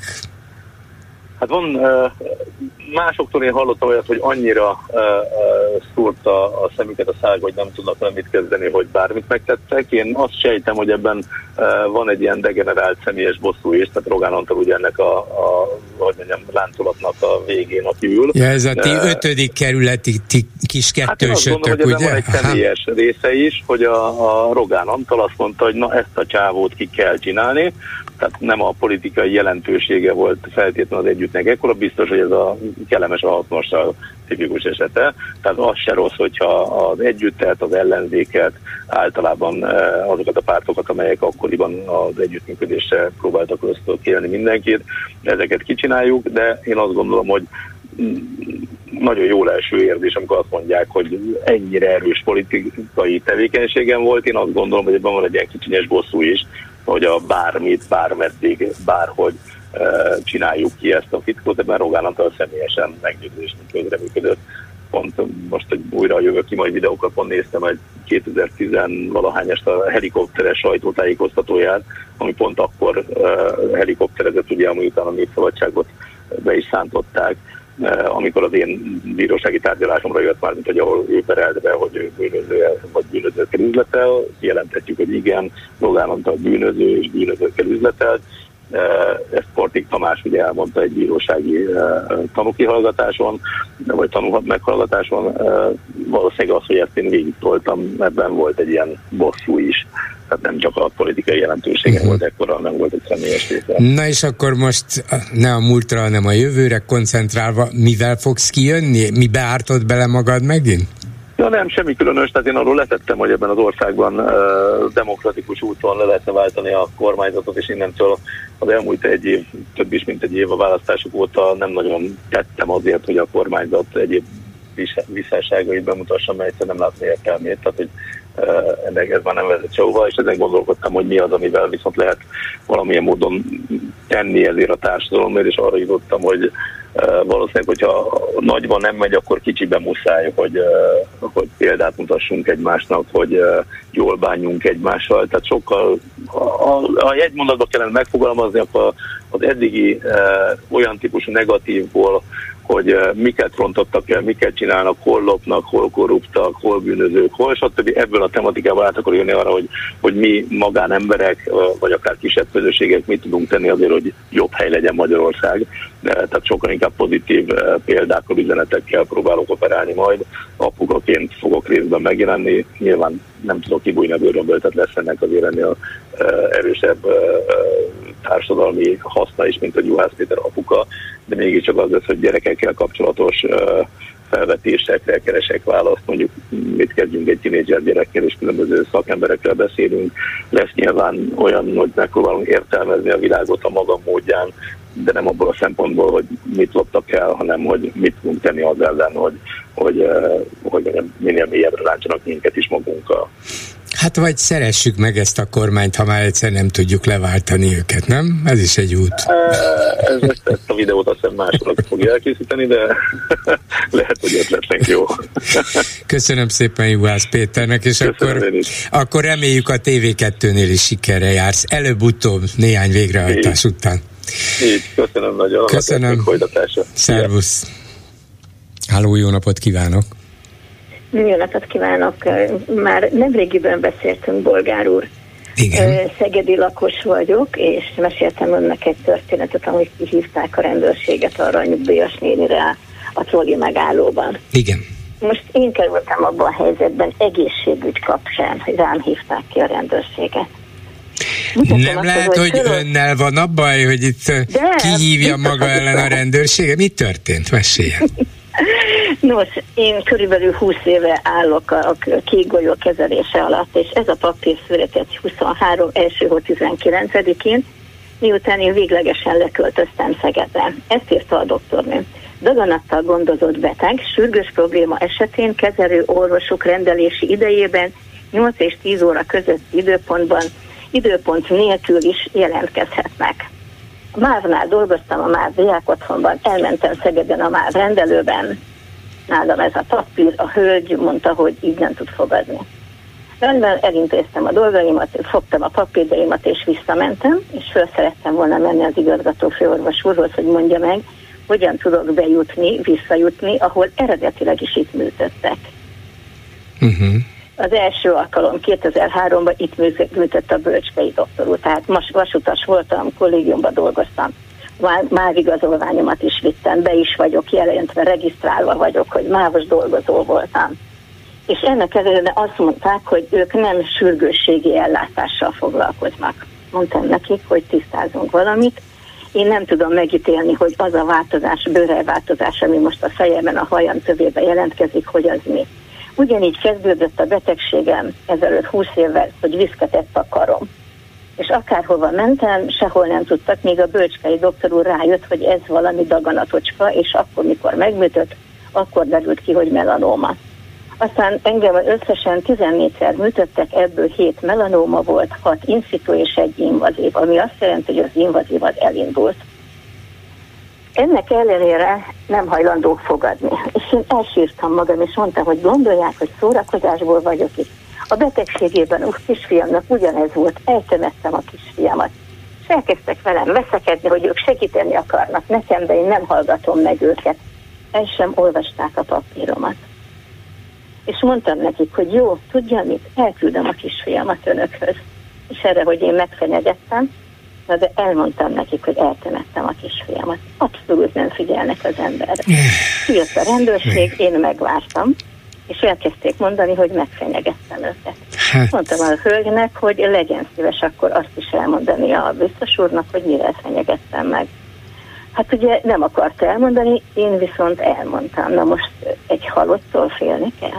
Hát van... Másoktól én hallottam olyat, hogy annyira szúrta a szemüket a szág, hogy nem tudnak nem mit kezdeni, hogy bármit megtettek. Én azt sejtem, hogy ebben van egy ilyen degenerált személyes bosszú is, tehát Rogán Antal ugye ennek láncolatnak a végén, aki ül.
Ja, ez a ti 5. kerületi kis kettősötök,
hát
ugye?
Van egy személyes része is, hogy a Rogán Antal azt mondta, hogy na ezt a csávót ki kell csinálni, tehát nem a politikai jelentősége volt feltétlenül az együttnek ekkora, biztos, hogy ez a kellemes a hasznossal tipikus esete. Tehát az se rossz, hogyha az együttet, az ellenzéket, általában azokat a pártokat, amelyek akkoriban az együttműködésre próbáltak ösztökélni mindenkit, ezeket kicsináljuk, de én azt gondolom, hogy nagyon jól első érzés, amikor azt mondják, hogy ennyire erős politikai tevékenységem volt. Én azt gondolom, hogy ebben van egy ilyen kicsinyes bosszú is, hogy a bármit, bármeddig, bárhogy csináljuk ki ezt a fitkót, ebben Rogán Antal személyesen meggyőzésnek közreműködött. Pont most, hogy újra jövök ki, majd videókat pont néztem egy 2010-valahányast a helikopteres sajtótájékoztatóját, ami pont akkor helikopterezett, ugye, ami utána a Népszabadságot be is szántották, amikor az én bírósági tárgyalásomra jött már, mint hogy ahol ő perelt be, hogy ő bűnöző vagy bűnözőkkel üzletel, kijelentetjük, hogy igen, Rogán Antal bűnöző és bűnözőkkel üzletel. Ezt Portik Tamás ugye elmondta egy bírósági tanúkihallgatáson, vagy meghallgatáson. Valószínűleg az, hogy ezt én végigtoltam, ebben volt egy ilyen bosszú is. Tehát nem csak a politikai jelentősége volt ekkora, nem volt egy személyes része.
Na és akkor most ne a múltra, hanem a jövőre koncentrálva, mivel fogsz kijönni? Mi beártod bele magad megint?
Ja, nem, semmi különös, tehát én arról letettem, hogy ebben az országban demokratikus úton le lehetne váltani a kormányzatot, és innentől az elmúlt egy év, több is mint egy év a választások óta nem nagyon tettem azért, hogy a kormányzat egyéb visszásságait bemutassam, mert egyszer nem látni értelmét, tehát hogy ennek ez már nem vezet sehova, és ezen gondolkodtam, hogy mi az, amivel viszont lehet valamilyen módon tenni ezért a társadalomért, és arra jutottam, hogy Valószínűleg, hogyha nagyban nem megy, akkor kicsiben muszáj, hogy példát mutassunk egymásnak, hogy jól bánjunk egymással. Tehát sokkal, ha egy mondatba kellene megfogalmazni, akkor az eddigi olyan típusú negatívból, hogy miket rontottak el, miket csinálnak, hol lopnak, hol korruptak, hol bűnözők, hol stb. Ebből a tematikával át akar jönni arra, hogy mi magánemberek, vagy akár kisebb közösségek mit tudunk tenni azért, hogy jobb hely legyen Magyarország. Tehát sokkal inkább pozitív példákkal, üzenetekkel próbálok operálni majd. Apukaként fogok részben megjelenni. Nyilván nem tudok kibújni a bőrömből, tehát lesz ennek azért ennél erősebb társadalmi haszna is, mint a Juhász Péter apuka, de mégiscsak az lesz, hogy gyerekekkel kapcsolatos felvetésekre keresek választ, mondjuk mit kezdjünk egy tínédzser gyerekkel, és különböző szakemberekkel beszélünk. Lesz nyilván olyan, hogy megpróbálunk értelmezni a világot a maga módján, de nem abból a szempontból, hogy mit loptak el, hanem hogy mit tudunk tenni az ellen, hogy minél mélyebbre ráncsanak minket is magunkkal.
Hát vagy szeressük meg ezt a kormányt, ha már egyszer nem tudjuk leváltani őket, nem? Ez is egy út.
Ezt a videót azt hiszem másokat fogja elkészíteni, de lehet, hogy ötletlenk jó.
Köszönöm szépen Juhász Péternek, és akkor reméljük a TV2-nél is sikerre jársz. Előbb-utóbb néhány végrehajtás után.
Így, köszönöm nagyon.
Köszönöm. Szervusz. Halló, jó napot kívánok.
Jó napot kívánok! Már nemrégiben beszéltünk, Bolgár úr.
Igen.
Szegedi lakos vagyok, és meséltem önnek egy történetet, amit kihívták a rendőrséget arra a nyugdíjas nénire a trolli megállóban.
Igen.
Most én kerültem abban a helyzetben egészségügy kapcsán, hogy rám hívták ki a rendőrséget.
Nem lehet, hogy önnel van a baj, hogy itt kihívja maga ellen a rendőrséget? Mi történt? Meséljen.
Nos, én körülbelül 20 éve állok a Kék Golyó kezelése alatt, és ez a papír született 23. 19-én, miután én véglegesen leköltöztem Szegedre. Ezt írta a doktornő. Daganattal gondozott beteg, sürgős probléma esetén kezelő orvosok rendelési idejében 8 és 10 óra közötti időpont nélkül is jelentkezhetnek. A MÁV-nál dolgoztam, a MÁV diákotthonban, elmentem Szegeden a MÁV rendelőben, nálam ez a papír, a hölgy mondta, hogy így nem tud fogadni. Rendben elintéztem a dolgaimat, fogtam a papírjaimat és visszamentem, és föl szerettem volna menni az igazgató főorvos úrhoz, hogy mondja meg, hogyan tudok visszajutni, ahol eredetileg is itt műtöttek. Az első alkalom 2003-ban itt műtött a Bölcskei doktor úr, tehát vasutas voltam, kollégiumban dolgoztam. Már igazolványomat is vittem, be is vagyok jelentve, regisztrálva vagyok, hogy mávos dolgozó voltam. És ennek ellenére azt mondták, hogy ők nem sürgősségi ellátással foglalkoznak. Mondtam nekik, hogy tisztázunk valamit. Én nem tudom megítélni, hogy az a változás, bőrrelváltozás, ami most a fejemben, a hajam tövében jelentkezik, hogy az mi. Ugyanígy kezdődött a betegségem ezelőtt 20 évvel, hogy viszketett a karom. És akárhova mentem, sehol nem tudtak, még a Bölcskei doktor úr rájött, hogy ez valami daganatocska, és akkor, mikor megműtött, akkor derült ki, hogy melanóma. Aztán engem összesen 14-szer műtöttek, ebből 7 melanóma volt, 6 in situ és 1 invazív, ami azt jelenti, hogy az invazív az elindult. Ennek ellenére nem hajlandók fogadni. És én elsírtam magam, és mondtam, hogy gondolják, hogy szórakozásból vagyok itt. A betegségében a kisfiamnak ugyanez volt, eltemettem a kisfiamat. És elkezdtek velem veszekedni, hogy ők segíteni akarnak nekem, de én nem hallgatom meg őket. El sem olvasták a papíromat. És mondtam nekik, hogy jó, tudja mit, elküldöm a kisfiamat önökhöz. És erre, hogy én megfenyegettem, de elmondtam nekik, hogy eltemettem a kisfiamat. Abszolút nem figyelnek az emberre. Kijött a rendőrség, én megvártam, és elkezdték mondani, hogy megfenyegettem őket. Mondtam a hölgynek, hogy legyen szíves akkor azt is elmondani a biztos úrnak, hogy mire fenyegettem meg. Hát ugye nem akarta elmondani, én viszont elmondtam. Na most egy halottól félni kell?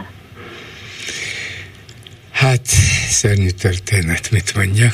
Hát, szörnyű történet, mit mondjak?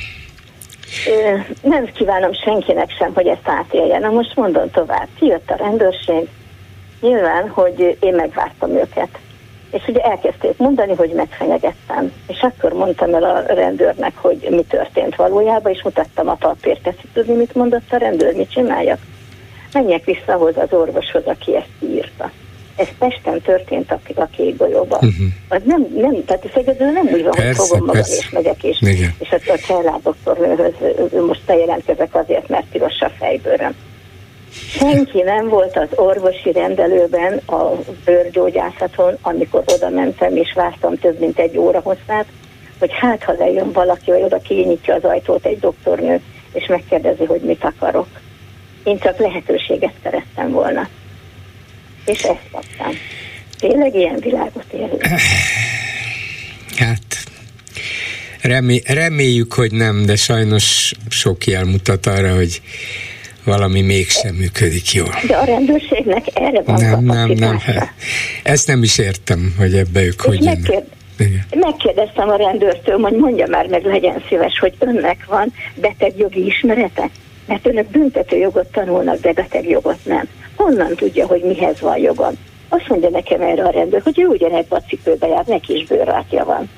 Nem kívánom senkinek sem, hogy ezt átélje. Na most mondom tovább. Kijött a rendőrség, nyilván, hogy én megvártam őket. És ugye elkezdték mondani, hogy megfenyegettem. És akkor mondtam el a rendőrnek, hogy mi történt valójában, és mutattam a papírt. Teszi tudni, mit mondott a rendőr, mit csináljak? menjek vissza ahhoz az orvoshoz, aki ezt írta. Ez Pesten történt a Kékgolyóban. Az nem, tehát Szegeden nem úgy van, hogy fogom magam és megyek, és a Csellár doktornőhöz most bejelentkezek azért, mert piros a fejbőröm. Senki nem volt az orvosi rendelőben a bőrgyógyászaton, amikor oda mentem és vártam több mint 1 óra hosszát, hogy hát ha lejön valaki, vagy oda kinyitja az ajtót egy doktornő, és megkérdezi, hogy mit akarok. Én csak lehetőséget szerettem volna. És ezt kaptam. Tényleg ilyen világot élünk.
Hát, reméljük, hogy nem, de sajnos sok jel mutat arra, hogy valami mégsem működik jól.
De a rendőrségnek erre van kapacitása.
Nem. Ezt nem is értem, hogy ebbe ők hogy jönnek.
Megkérdeztem a rendőrtől, hogy mondja már meg, legyen szíves, hogy önnek van betegjogi ismerete? Mert önök büntetőjogot tanulnak, de betegjogot nem. Honnan tudja, hogy mihez van jogom? Azt mondja nekem erre a rendőr, hogy ő ugyanebben a cipőbe jár, neki is bőrrátja van.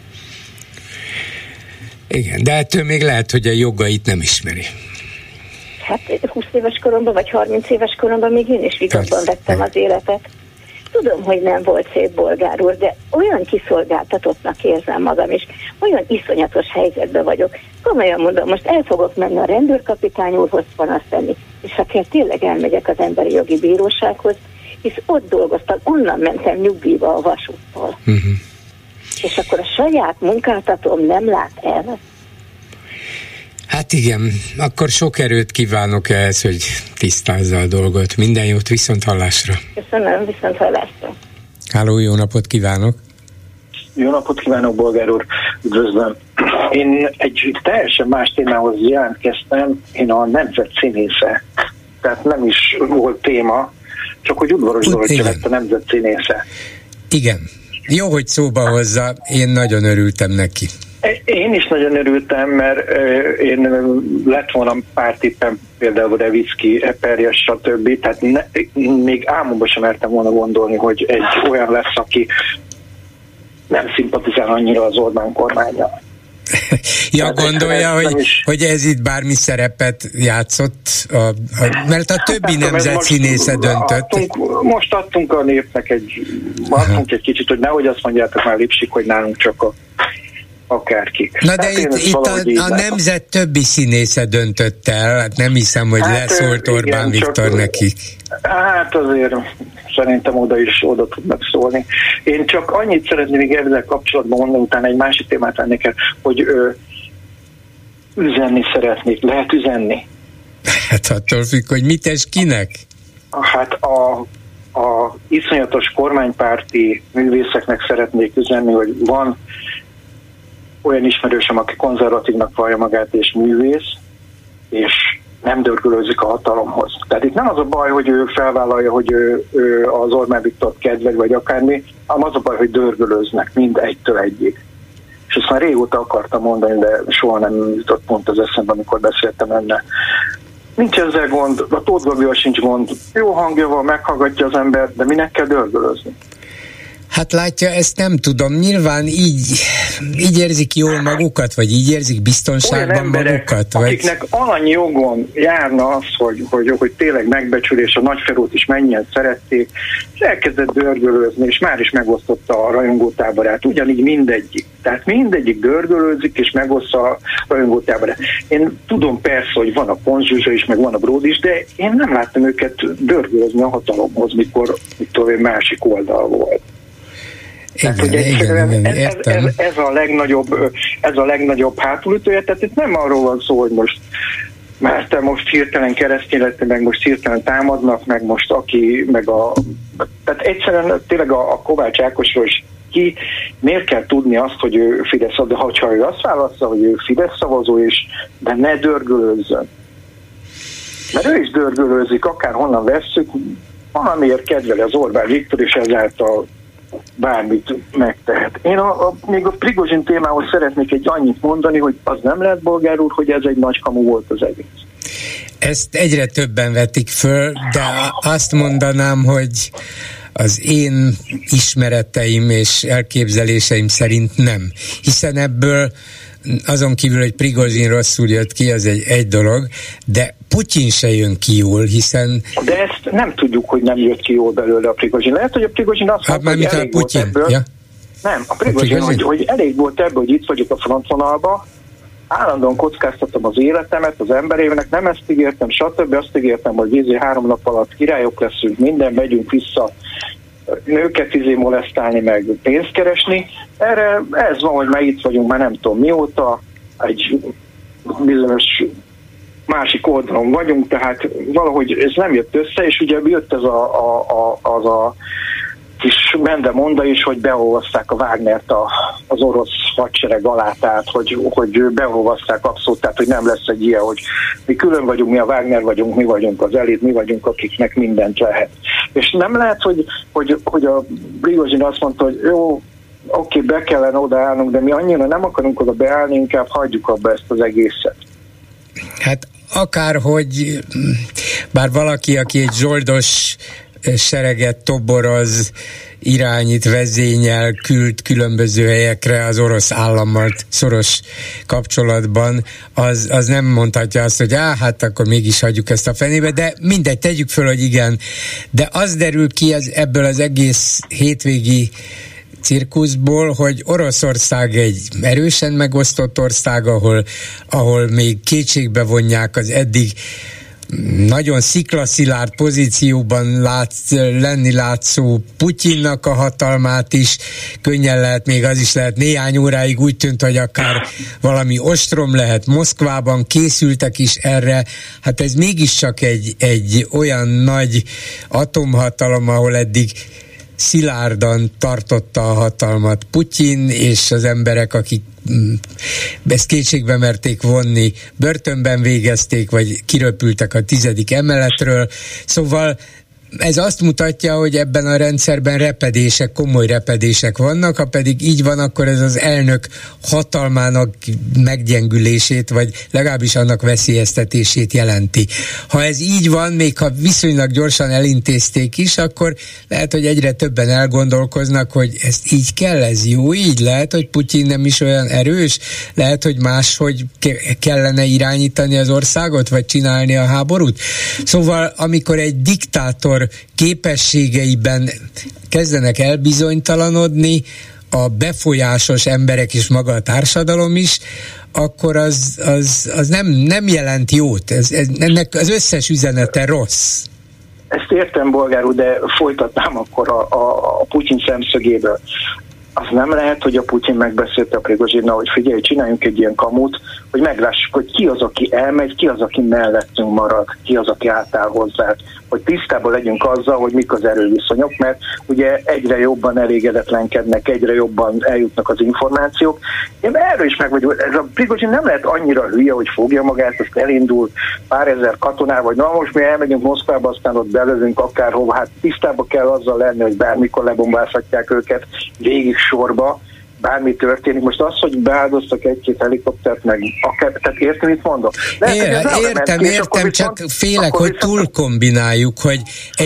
Igen, de ettől még lehet, hogy a jogait nem ismeri.
Hát 20 éves koromban, vagy 30 éves koromban még én is vigadban vettem az életet. Tudom, hogy nem volt szép, Bolgár úr, de olyan kiszolgáltatottnak érzem magam, és olyan iszonyatos helyzetben vagyok. Komolyan mondom, most el fogok menni a rendőrkapitány úrhoz panaszt tenni, és ha kell, tényleg elmegyek az Emberi Jogi Bírósághoz, hisz ott dolgoztam, onnan mentem nyugdíjba a vasúttól. És akkor a saját munkáltatóm nem lát el.
Hát igen, akkor sok erőt kívánok ehhez, hogy tisztázza a dolgot. Minden jót, viszont hallásra.
Köszönöm, viszont hallásra.
Háló, jó napot kívánok.
Jó napot kívánok, Bolgár úr, üdvözlöm. Én egy teljesen más témához jelentkeztem, én a nemzet színésze. Tehát nem is volt téma, csak hogy udvaros Dorottya lett a nemzet színésze.
Igen. Jó, hogy szóba hozza, én nagyon örültem neki.
Én is nagyon örültem, mert én lett volna pár tippem, például Revicki, Eperjes, stb. Tehát még álmomban sem mertem volna gondolni, hogy egy olyan lesz, aki nem szimpatizál annyira az Orbán kormánnyal.
Ja, gondolja, hogy ez itt bármi szerepet játszott, mert a többi nemzet színésze döntött.
Most adtunk a népnek egy kicsit, hogy nehogy azt mondjátok már Lipsik, hogy nálunk csak akárkik.
Na de itt a nemzet többi színésze döntött el, hát nem hiszem, hogy leszólt Orbán Viktor nekik.
Hát azért szerintem oda tudnak szólni. Én csak annyit szeretném még ezzel kapcsolatban mondani, utána egy másik témát vennék el, hogy üzenni szeretnék. Lehet üzenni?
Hát attól függ, hogy mit és kinek?
Hát a iszonyatos kormánypárti művészeknek szeretnék üzenni, hogy van olyan ismerősöm, aki konzervatívnak vallja magát és művész, és nem dörgölőzik a hatalomhoz. Tehát itt nem az a baj, hogy ő felvállalja, hogy ő az Orbán Viktort kedveli, vagy akármi, hanem az a baj, hogy dörgölőznek mind egytől egyig. És ezt már régóta akartam mondani, de soha nem jutott pont az eszembe, amikor beszéltem enne. Nincs ezzel gond, a Tóth Gabival sincs gond. Jó hangja van, meghallgatja az ember, de minek kell dörgölözni?
Hát látja, ezt nem tudom. Nyilván így érzik jól magukat, vagy így érzik biztonságban emberek, magukat?
Akiknek annyi jogon járna az, hogy tényleg megbecsülés, a Nagyferót is mennyien szerették, és elkezdett dörgölőzni, és már is megosztotta a rajongótáborát. Ugyanígy mindegyik. Tehát mindegyik dörgölőzik, és megoszta a rajongótáborát. Én tudom persze, hogy van a Pont is, meg van a Bród is, de én nem láttam őket dörgölözni a hatalomhoz, mikor másik oldal volt. Tehát,
igen,
ez a legnagyobb hátulütője, tehát itt nem arról van szó, hogy most már te most hirtelen keresztény lettél, meg most hirtelen támadnak, meg most tehát egyszerűen tényleg a Kovács Ákosról is miért kell tudni azt, hogy ő Fidesz, de ha ő azt válassza, hogy ő Fidesz szavazó is, de ne dörgölőzzön. Mert ő is dörgölőzik, akárhonnan vesszük, valamiért kedveli az Orbán Viktor, és ezáltal bármit megtehet. Én még a Prigozsin témához szeretnék egy annyit mondani, hogy az nem lehet, Bolgár úr, hogy ez egy nagy kamu volt az egész.
Ezt egyre többen vetik föl, de azt mondanám, hogy az én ismereteim és elképzeléseim szerint nem. Hiszen ebből azon kívül, hogy Prigozsin rosszul jött ki, az egy dolog, de Putyin se jön ki jól, hiszen...
De ezt nem tudjuk, hogy nem jött ki jól belőle a Prigozsin. Lehet, hogy a Prigozsin azt mondta, hogy elég volt ebből. Ja. Nem, a Prigozsin, hogy elég volt ebből, hogy itt vagyok a frontvonalba, állandóan kockáztatom az életemet, az emberévnek, nem ezt ígértem, stb. Azt ígértem, hogy 3 nap alatt királyok leszünk, minden, megyünk vissza nőket molesztálni, meg pénzt keresni. Erre ez van, hogy már itt vagyunk, már nem tudom mióta, egy bizonyos másik oldalon vagyunk, tehát valahogy ez nem jött össze, és ugye jött ez az a kis Mendemonda is, hogy beolvaszták a Wagnert az orosz hadsereg alá, tehát hogy beolvaszták abszolút, tehát hogy nem lesz egy ilyen, hogy mi külön vagyunk, mi a Wagner vagyunk, mi vagyunk az elit, mi vagyunk, akiknek mindent lehet. És nem lehet, hogy a Prigozsin azt mondta, hogy jó, oké, be kellene odaállnunk, de mi annyira nem akarunk oda beállni, inkább hagyjuk abba ezt az egészet.
Hát akárhogy, bár valaki, aki egy zsoldos sereget toboroz, irányít, vezényel, küld különböző helyekre az orosz állammal szoros kapcsolatban, az nem mondhatja azt, hogy hát akkor mégis hagyjuk ezt a fenébe, de mindegy, tegyük föl, hogy igen. De az derül ki ebből az egész hétvégi cirkuszból, hogy Oroszország egy erősen megosztott ország, ahol még kétségbe vonják az eddig nagyon sziklaszilárd pozícióban lenni látszó Putyinnak a hatalmát is, könnyen lehet, még az is lehet, néhány óráig úgy tűnt, hogy akár valami ostrom lehet Moszkvában, készültek is erre, hát ez mégiscsak egy olyan nagy atomhatalom, ahol eddig szilárdan tartotta a hatalmat Putyin, és az emberek, akik ezt kétségbe merték vonni, börtönben végezték, vagy kiröpültek a 10. emeletről. Szóval ez azt mutatja, hogy ebben a rendszerben repedések, komoly repedések vannak, ha pedig így van, akkor ez az elnök hatalmának meggyengülését, vagy legalábbis annak veszélyeztetését jelenti. Ha ez így van, még ha viszonylag gyorsan elintézték is, akkor lehet, hogy egyre többen elgondolkoznak, hogy ezt így kell, ez jó, így lehet, hogy Putyin nem is olyan erős, lehet, hogy máshogy kellene irányítani az országot, vagy csinálni a háborút. Szóval, amikor egy diktátor képességeiben kezdenek elbizonytalanodni a befolyásos emberek és maga a társadalom is, akkor az nem jelent jót. Ennek az összes üzenete rossz.
Ezt értem, Bolgár úr, de folytatnám akkor a Putyin szemszögéből. Az nem lehet, hogy a Putyin megbeszélte a Prigozsinnal, hogy figyelj, csináljunk egy ilyen kamut, hogy meglássuk, hogy ki az, aki elmegy, ki az, aki mellettünk marad, ki az, aki átáll hozzá, hogy tisztában legyünk azzal, hogy mik az erőviszonyok, mert ugye egyre jobban elégedetlenkednek, egyre jobban eljutnak az információk. Én erről is meg vagyok, ez a Prigozsin nem lehet annyira hülye, hogy fogja magát, azt elindul pár ezer katonával, vagy na most mi elmegyünk Moszkvába, aztán ott belövünk akárhova, hát tisztában kell azzal lenni, hogy bármikor lebombázhatják őket végig sorba, bármi történik. Most az, hogy beáldoztak egy-két helikoptert, meg akár, tehát értem, mit mondok?
Értem, csak félek, hogy túl kombináljuk, hogy egy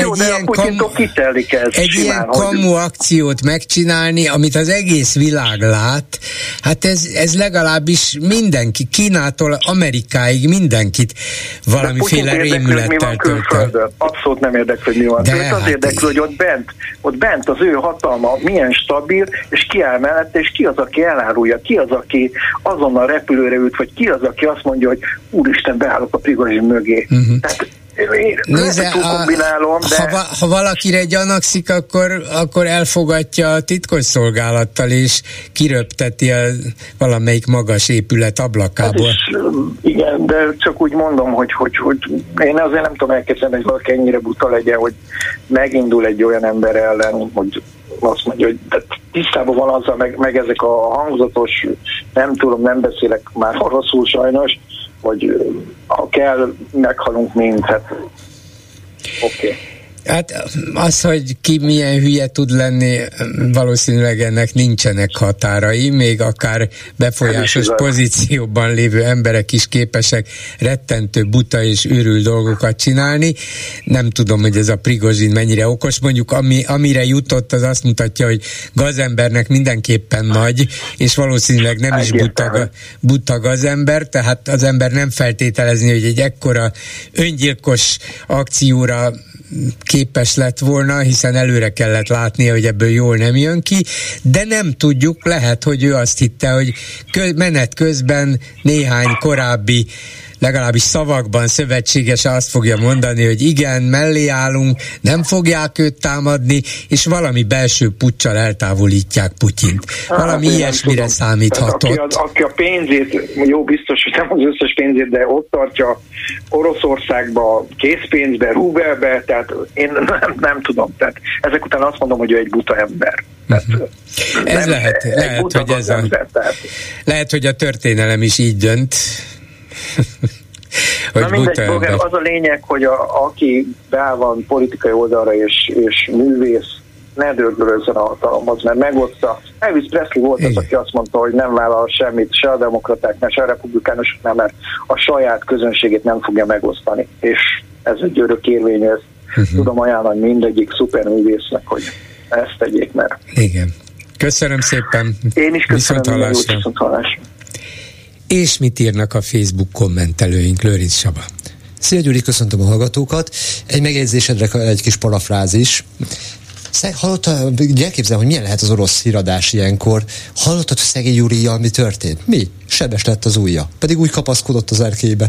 ilyen kamu akciót megcsinálni, amit az egész világ lát, hát ez legalábbis mindenki, Kínától Amerikáig mindenkit valamiféle rémülettel tölt el.
Abszolút nem érdekel, hogy mi van. Az érdekel, hogy ott bent az ő hatalma milyen stabil, és ki áll mellett, és ki az, aki elárulja, ki az, aki azonnal repülőre ült, vagy ki az, aki azt mondja, hogy úristen, beállok a Prigozsin mögé. Tehát
nézze, ha valakire gyanakszik, akkor elfogatja a titkosszolgálattal, és kiröpteti valamelyik magas épület ablakából.
Igen, de csak úgy mondom, hogy én azért nem tudom elképzelni, hogy valaki ennyire buta legyen, hogy megindul egy olyan ember ellen, hogy azt mondja, hogy tisztában van azzal, meg ezek a hangzatos, nem beszélek már oroszul sajnos, hogy ha kell, meghalunk mind, hát oké.
Hát az, hogy ki milyen hülye tud lenni, valószínűleg ennek nincsenek határai, még akár befolyásos pozícióban lévő emberek is képesek rettentő buta és őrült dolgokat csinálni. Nem tudom, hogy ez a Prigozsin mennyire okos, mondjuk amire jutott, az azt mutatja, hogy gazembernek mindenképpen nagy, és valószínűleg nem is buta gazember, tehát az ember nem feltételezni, hogy egy ekkora öngyilkos akcióra képes lett volna, hiszen előre kellett látnia, hogy ebből jól nem jön ki, de nem tudjuk, lehet, hogy ő azt hitte, hogy menet közben néhány korábbi, legalábbis szavakban szövetségese azt fogja mondani, hogy igen, mellé állunk, nem fogják őt támadni, és valami belső puccsal eltávolítják Putyint. Valami ilyesmire számíthatott.
Aki a pénzét, jó biztos, hogy nem az összes pénzét, de ott tartja Oroszországba, készpénzbe, rubelbe, tehát én nem tudom. Tehát ezek után azt mondom, hogy ő egy buta ember.
Ez lehet, hogy a történelem is így dönt.
Na mindegy, az a lényeg, hogy aki beáll van politikai oldalra és művész, ne dördülözzön a hatalomhoz, mert megoszta. Elvis Presley volt az, aki azt mondta, hogy nem vállal semmit, se a demokratáknál, se a republikánusoknál, mert a saját közönségét nem fogja megosztani. És ez egy örök érvényű, ezt tudom ajánlani mindegyik szuperművésznek, hogy ezt tegyék, mert...
Igen. Köszönöm szépen.
Én is köszönöm. Viszont hallásra.
És mit írnak a Facebook kommentelőink, Lőrinc Csaba?
Szia Gyuri, köszöntöm a hallgatókat. Egy megjegyzésedre egy kis parafrázis. Hallottad, elképzel, hogy milyen lehet az orosz híradás ilyenkor? Hallottad, hogy szegény Júrijjal mi történt? Mi? Sebes lett az ujja. Pedig úgy kapaszkodott az erkélybe.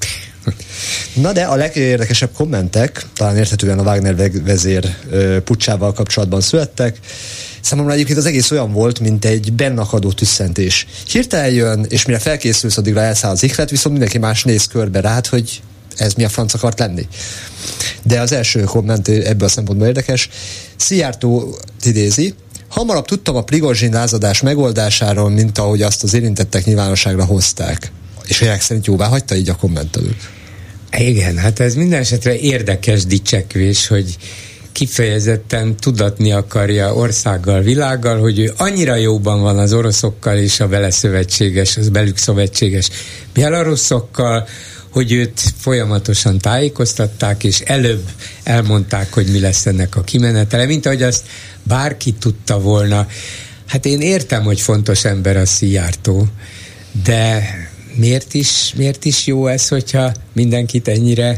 Na de a legérdekesebb kommentek, talán érthetően a Wagner vezér puccsával kapcsolatban születtek. Számomra egyébként az egész olyan volt, mint egy bennakadó tüsszentés. Hirtelen jön, és mire felkészülsz, addigra elszáll az ihlet, viszont mindenki más néz körbe rád, hogy ez mi a franc akart lenni. De az első komment ebből a szempontból érdekes. Szijjártó idézi: hamarabb tudtam a Prigozsin lázadás megoldásáról, mint ahogy azt az érintettek nyilvánosságra hozták. És a szerint jóvá hagyta így a kommentelő.
Igen, hát ez minden esetre érdekes dicsekvés, hogy kifejezetten tudatni akarja országgal, világgal, hogy ő annyira jóban van az oroszokkal és a vele szövetséges, az belük szövetséges belaruszokkal, hogy őt folyamatosan tájékoztatták, és előbb elmondták, hogy mi lesz ennek a kimenetele, mint ahogy azt bárki tudta volna. Hát én értem, hogy fontos ember a Szijjártó, de miért is jó ez, hogyha mindenkit ennyire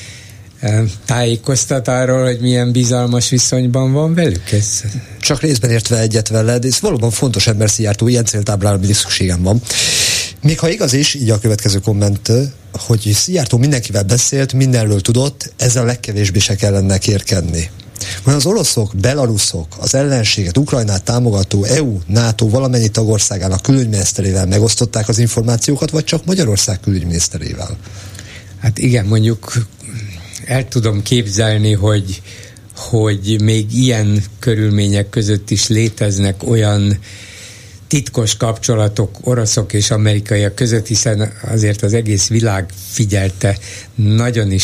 tájékoztat arról, hogy milyen bizalmas viszonyban van velük? Ez?
Csak részben értve egyet veled, ez valóban fontos ember Szijjártó, ilyen céltáblára mindig szükségem van. Még ha igaz is, így a következő komment, hogy Szijjártó mindenkivel beszélt, mindenről tudott, ezzel a legkevésbé se kellene kérkedni. Mert az oroszok, belaruszok, az ellenséget, Ukrajnát támogató EU, NATO valamennyi tagországának külügyminiszterével megosztották az információkat, vagy csak Magyarország külügyminiszterével?
Hát igen, mondjuk el tudom képzelni, hogy még ilyen körülmények között is léteznek olyan titkos kapcsolatok oroszok és amerikaiak között, hiszen azért az egész világ figyelte nagyon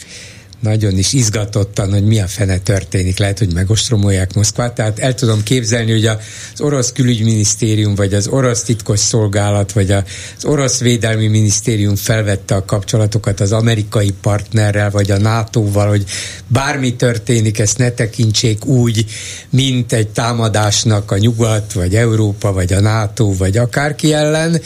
is izgatottan, hogy mi a fene történik. Lehet, hogy megostromolják Moszkvát. Tehát el tudom képzelni, hogy az orosz külügyminisztérium, vagy az orosz titkos szolgálat, vagy az orosz védelmi minisztérium felvette a kapcsolatokat az amerikai partnerrel, vagy a NATO-val, hogy bármi történik, ezt ne tekintsék úgy, mint egy támadásnak a Nyugat, vagy Európa, vagy a NATO, vagy akárki ellen,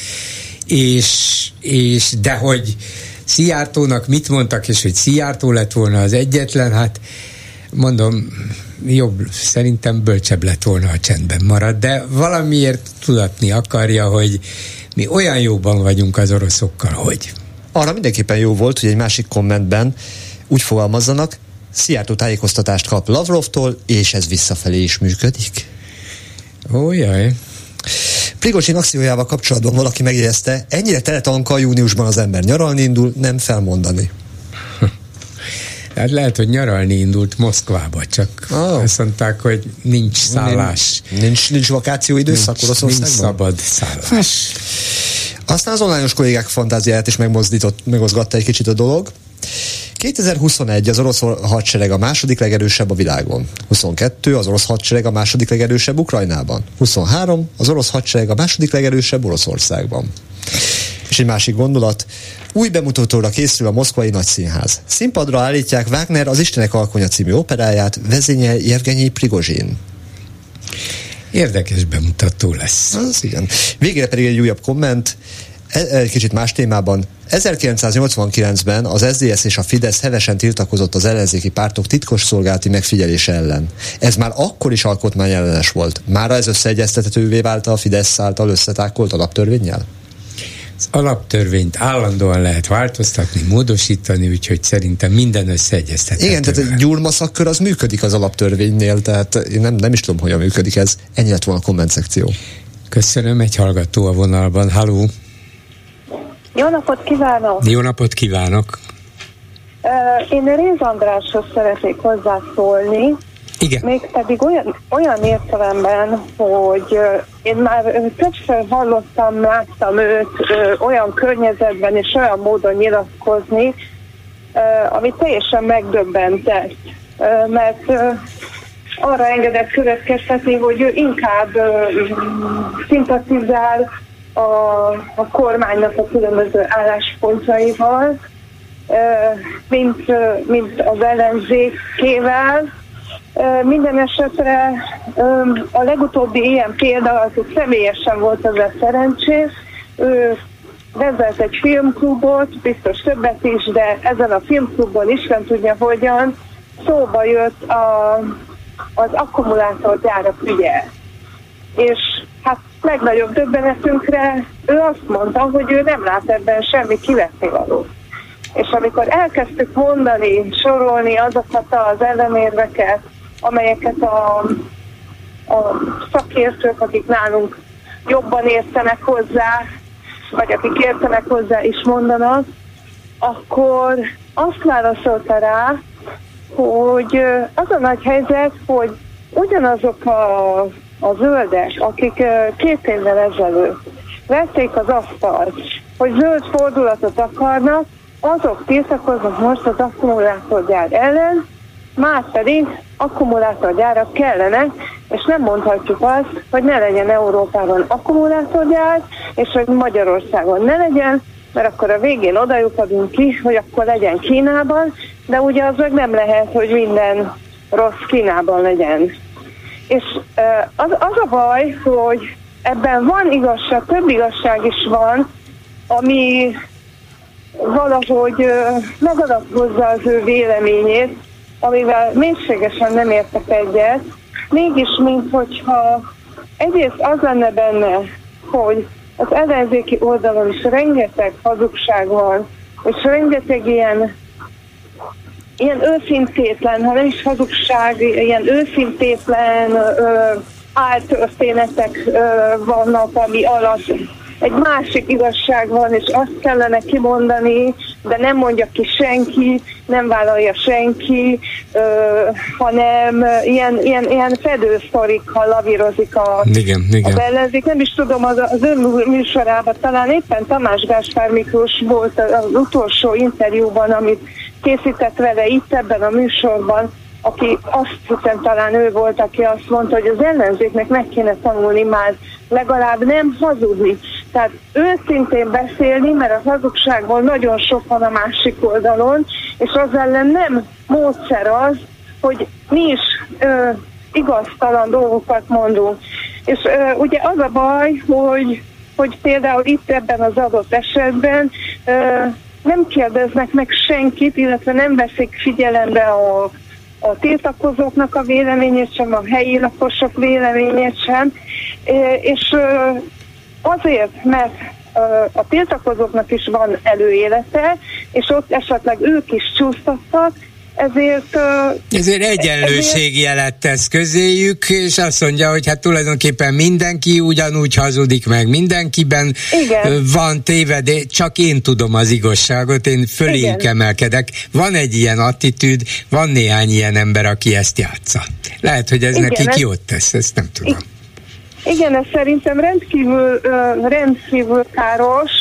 és de hogy Szijjártónak mit mondtak, és hogy Szijjártó lett volna az egyetlen, hát mondom, jobb, szerintem bölcsebb lett volna, ha csendben marad, de valamiért tudatni akarja, hogy mi olyan jóban vagyunk az oroszokkal, hogy...
Arra mindenképpen jó volt, hogy egy másik kommentben úgy fogalmazzanak, Szijjártó tájékoztatást kap Lavrovtól, és ez visszafelé is működik.
Ó, jaj.
Prigozsin akciójával kapcsolatban valaki megjegyezte, ennyire teletanka júniusban az ember nyaralni indul, nem felmondani.
Hát lehet, hogy nyaralni indult Moszkvába, csak azt mondták, hogy nincs szállás.
Nincs vakáció időszak Oroszországban?
Nincs szabad szállás.
Aztán az online-os kollégák fantáziáját is megmozgatta egy kicsit a dolog. 2021 az orosz hadsereg a második legerősebb a világon. 22 az orosz hadsereg a második legerősebb Ukrajnában. 23 az orosz hadsereg a második legerősebb Oroszországban. És egy másik gondolat, új bemutatóra készül a Moszkvai Nagyszínház. Színpadra állítják Wagner Az Istenek alkonya című operáját, vezényel Jevgenyi Prigozsin.
Érdekes bemutató lesz.
Az igen. Végére pedig egy újabb komment, egy kicsit más témában. 1989-ben az SZDSZ és a Fidesz hevesen tiltakozott az ellenzéki pártok titkosszolgálati megfigyelése ellen. Ez már akkor is alkotmányellenes volt. Mára ez összeegyeztethetővé vált a Fidesz által összetákolt alaptörvénnyel?
Az alaptörvényt állandóan lehet változtatni, módosítani, úgyhogy szerintem minden összeegyeztethető.
Igen, tehát egy gyurmaszakkör az működik az alaptörvénynél, tehát én nem is tudom, hogyan működik ez. Ennyi lett volna a komment-szekció.
Köszönöm, egy hallgató a vonalban. Halló!
Jó napot kívánok!
Jó napot kívánok!
Én Réz Andráshoz szeretnék hozzászólni.
Igen.
Mégpedig olyan értelemben, hogy én már többször hallottam, láttam őt olyan környezetben és olyan módon nyilatkozni, ami teljesen megdöbbentett, mert arra engedett következtetni, hogy ő inkább szimpatizál a kormánynak a különböző álláspontjaival, mint az ellenzékével. Minden esetre a legutóbbi ilyen példa, az személyesen volt az a szerencsés. Ő vezet egy filmklubot, biztos többet is, de ezen a filmklubban Isten tudja hogyan szóba jött az akkumulátorgyárak ügye. És hát legnagyobb döbbenetünkre ő azt mondta, hogy ő nem lát ebben semmi kivetnivalót. És amikor elkezdtük mondani, sorolni azokat az ellenérveket, amelyeket a szakértők, akik nálunk jobban értenek hozzá, vagy akik értenek hozzá is mondanak, akkor azt válaszolta rá, hogy az a nagy helyzet, hogy ugyanazok a zöldek, akik 2 évvel ezelőtt vették az asztalt, hogy zöld fordulatot akarnak, azok tiltakoznak most az akkumulátorgyár ellen, már pedig akkumulátorgyárak kellenek, és nem mondhatjuk azt, hogy ne legyen Európában akkumulátorgyár, és hogy Magyarországon ne legyen, mert akkor a végén odajutunk ki, hogy akkor legyen Kínában, de ugye az meg nem lehet, hogy minden rossz Kínában legyen. És az a baj, hogy ebben van igazság, több igazság is van, ami valahogy megalapozza az ő véleményét, amivel mélységesen nem értek egyet, mégis minthogyha egyrészt az lenne benne, hogy az ellenzéki oldalon is rengeteg hazugság van, és rengeteg ilyen őszintétlen, ha nem is hazugság, ilyen őszintétlen áltörténetek vannak, ami alatt egy másik igazság van, és azt kellene kimondani, de nem mondja ki senki, nem vállalja senki, hanem ilyen fedősztorikkal lavírozik az ellenzék. Nem is tudom, az ön műsorában talán éppen Tamás Gáspár Miklós volt az utolsó interjúban, amit készített vele itt ebben a műsorban, aki azt hiszem talán ő volt, aki azt mondta, hogy az ellenzéknek meg kéne tanulni már legalább nem hazudni. Tehát őszintén beszélni, mert a hazugságból nagyon sok van a másik oldalon, és az ellen nem módszer az, hogy mi is igaztalan dolgokat mondunk. És ugye az a baj, hogy például itt ebben az adott esetben nem kérdeznek meg senkit, illetve nem veszik figyelembe a tiltakozóknak a véleményét sem, a helyi lakosok véleményét sem, és azért, mert a tiltakozóknak is van előélete, és ott esetleg ők is csúsztattak, ezért
egyenlőségjelet tesz közéjük, és azt mondja, hogy hát tulajdonképpen mindenki ugyanúgy hazudik meg, mindenkiben van tévedés, csak én tudom az igazságot, én föléjük emelkedek. Van egy ilyen attitűd, van néhány ilyen ember, aki ezt játsza. Lehet, hogy ez nekik jót tesz, ezt nem tudom.
Igen, ez szerintem rendkívül káros,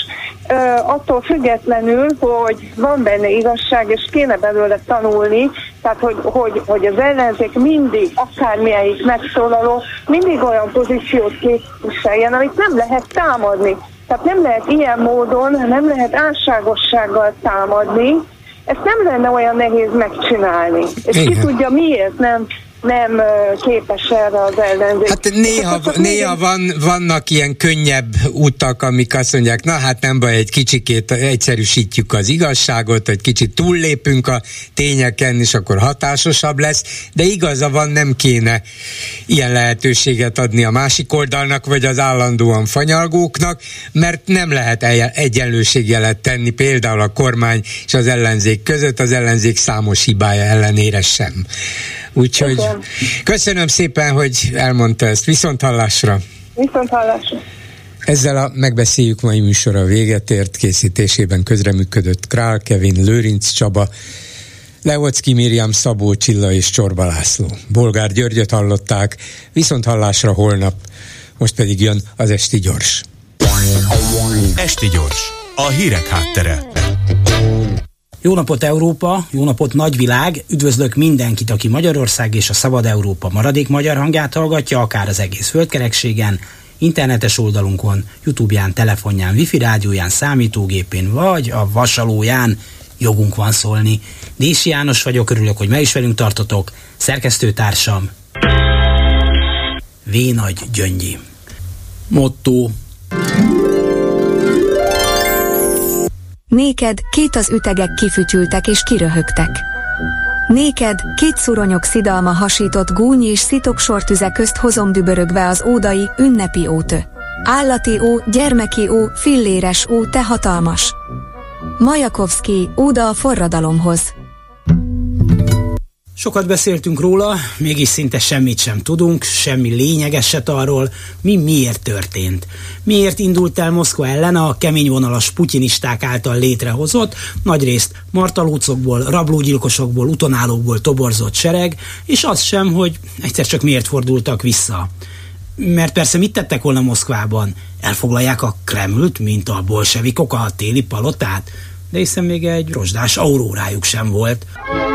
attól függetlenül, hogy van benne igazság, és kéne belőle tanulni, tehát hogy az ellenzék mindig, akármilyen megszólaló, mindig olyan pozíciót képviseljen, amit nem lehet támadni. Tehát nem lehet ilyen módon, nem lehet álságossággal támadni, ezt nem lenne olyan nehéz megcsinálni. És ki tudja, miért nem képes erre az ellenzék.
Hát néha vannak ilyen könnyebb utak, amik azt mondják, na hát nem baj, egy kicsikét egyszerűsítjük az igazságot, egy kicsit túllépünk a tényeken, és akkor hatásosabb lesz, de igaza van, nem kéne ilyen lehetőséget adni a másik oldalnak, vagy az állandóan fanyalgóknak, mert nem lehet egyenlőségjelet tenni például a kormány és az ellenzék között, az ellenzék számos hibája ellenére sem. Úgyhogy köszönöm szépen, hogy elmondta ezt. Viszonthallásra!
Viszonthallásra!
Ezzel a Megbeszéljük mai műsora véget ért, készítésében közreműködött Král Kevin, Lőrinc Csaba, Leocki Miriam, Szabó Csilla és Csorba László. Bolgár Györgyöt hallották, viszonthallásra holnap, most pedig jön az Esti Gyors.
Esti Gyors, a hírek háttere.
Jó napot Európa, jó napot nagyvilág, üdvözlök mindenkit, aki Magyarország és a Szabad Európa maradék magyar hangját hallgatja, akár az egész földkerekségen, internetes oldalunkon, YouTube-ján, telefonján, wifi rádióján, számítógépén vagy a vasalóján. Jogunk van szólni. Dési János vagyok, örülök, hogy ma is velünk tartotok. Szerkesztőtársam V. Nagy Gyöngyi. Motto:
Néked két az ütegek kifütyültek és kiröhögtek. Néked két szuronyok szidalma hasított gúny és szitoksortüze közt hozom dübörögve az ódai, ünnepi ótö. Állati ó, gyermeki ó, filléres ó, te hatalmas. Majakovszky, óda a forradalomhoz.
Sokat beszéltünk róla, mégis szinte semmit sem tudunk, semmi lényegeset arról, miért történt. Miért indult el Moszkva ellen a keményvonalas putyinisták által létrehozott, nagyrészt martalócokból, rablógyilkosokból, utonállókból toborzott sereg, és az sem, hogy egyszer csak miért fordultak vissza. Mert persze mit tettek volna Moszkvában? Elfoglalják a Kremlt, mint a bolsevikok a téli palotát? De hiszen még egy rozsdás aurórájuk sem volt.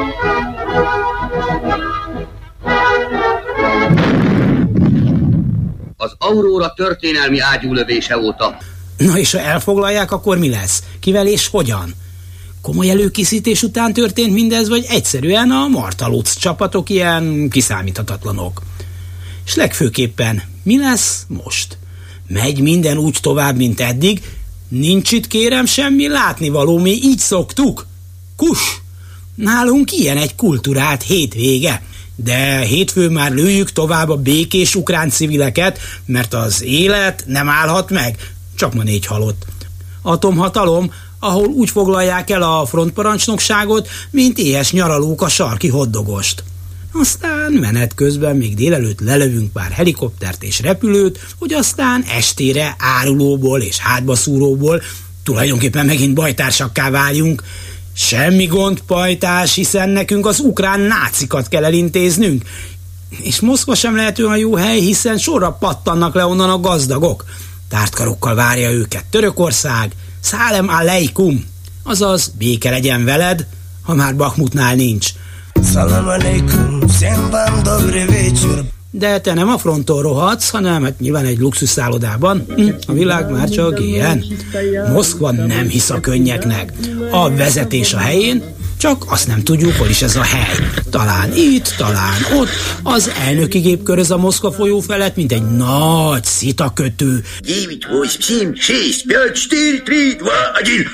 Az Aurora történelmi ágyúlövése óta.
Na és ha elfoglalják, akkor mi lesz? Kivel és hogyan? Komoly előkészítés után történt mindez, vagy egyszerűen a martalóc csapatok ilyen kiszámíthatatlanok? És legfőképpen mi lesz most? Megy minden úgy tovább, mint eddig? Nincs itt, kérem, semmi látnivaló, mi így szoktuk? Kus! Nálunk ilyen egy kulturált hétvége. De hétfőn már lőjük tovább a békés ukrán civileket, mert az élet nem állhat meg. Csak ma 4 halott. Atomhatalom, ahol úgy foglalják el a frontparancsnokságot, mint éhes nyaralók a sarki hoddogost. Aztán menet közben még délelőtt lelövünk pár helikoptert és repülőt, hogy aztán estére árulóból és hátbaszúróból tulajdonképpen megint bajtársakká váljunk. Semmi gond, pajtás, hiszen nekünk az ukrán nácikat kell elintéznünk. És Moszkva sem lehet olyan jó hely, hiszen sorra pattannak le onnan a gazdagok. Tártkarokkal várja őket Törökország, Szálem aleikum, azaz béke legyen veled, ha már Bakhmutnál nincs. Szálem aleikum, всем вам добрый вечер. De te nem a fronton rohadsz, hanem hát nyilván egy luxusszállodában. A világ már csak ilyen. Moszkva nem hisz a könnyeknek. A vezetés a helyén, csak azt nem tudjuk, hol is ez a hely. Talán itt, talán ott. Az elnöki gép köröz a Moszkva folyó felett, mint egy nagy szitakötő.
9, 8, 7, 6, 5, 4, 3, 2, 1,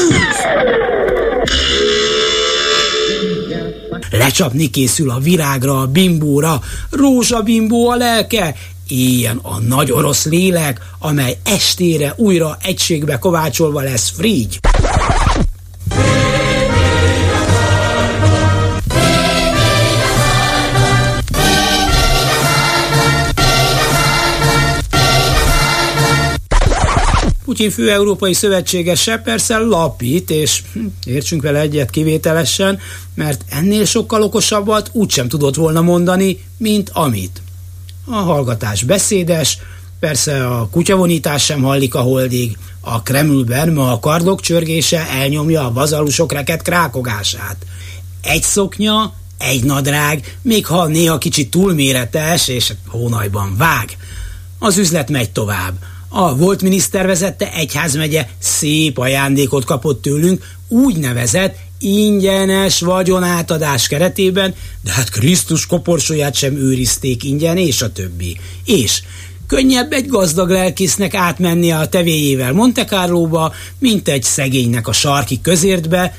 Lecsapni készül a virágra, a bimbóra, rózsabimbó a lelke, ilyen a nagy orosz lélek, amely estére újra egységbe kovácsolva lesz Frigy. Putyin fő európai szövetségese persze lapít, és értsünk vele egyet kivételesen, mert ennél sokkal okosabbat úgysem tudott volna mondani, mint amit. A hallgatás beszédes, Persze a kutyavonítás sem hallik a holdig. A Kremlben ma a kardok csörgése elnyomja a bazalusok reket krákogását. Egy szoknya, egy nadrág, még ha néha kicsit túlméretes és hónajban vág. Az üzlet megy tovább. A volt miniszter vezette egyházmegye szép ajándékot kapott tőlünk, úgynevezett ingyenes vagyonátadás keretében, de hát Krisztus koporsóját sem őrizték ingyen, és a többi. És könnyebb egy gazdag lelkésznek átmennie a tevéjével Monte Carlóba, mint egy szegénynek a sarki közértbe.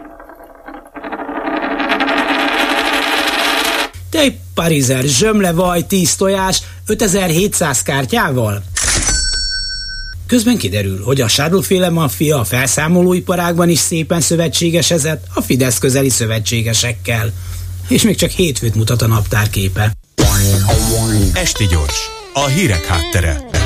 Tej, parizer, zsömle, vaj, 10 tojás, 5700 kártyával. Közben kiderül, hogy a Sádl-féle maffia a felszámolóiparágban is szépen szövetségesezett a Fidesz közeli szövetségesekkel. És még csak hétfőt mutat a naptárképe.
Esti gyors, a hírek háttere.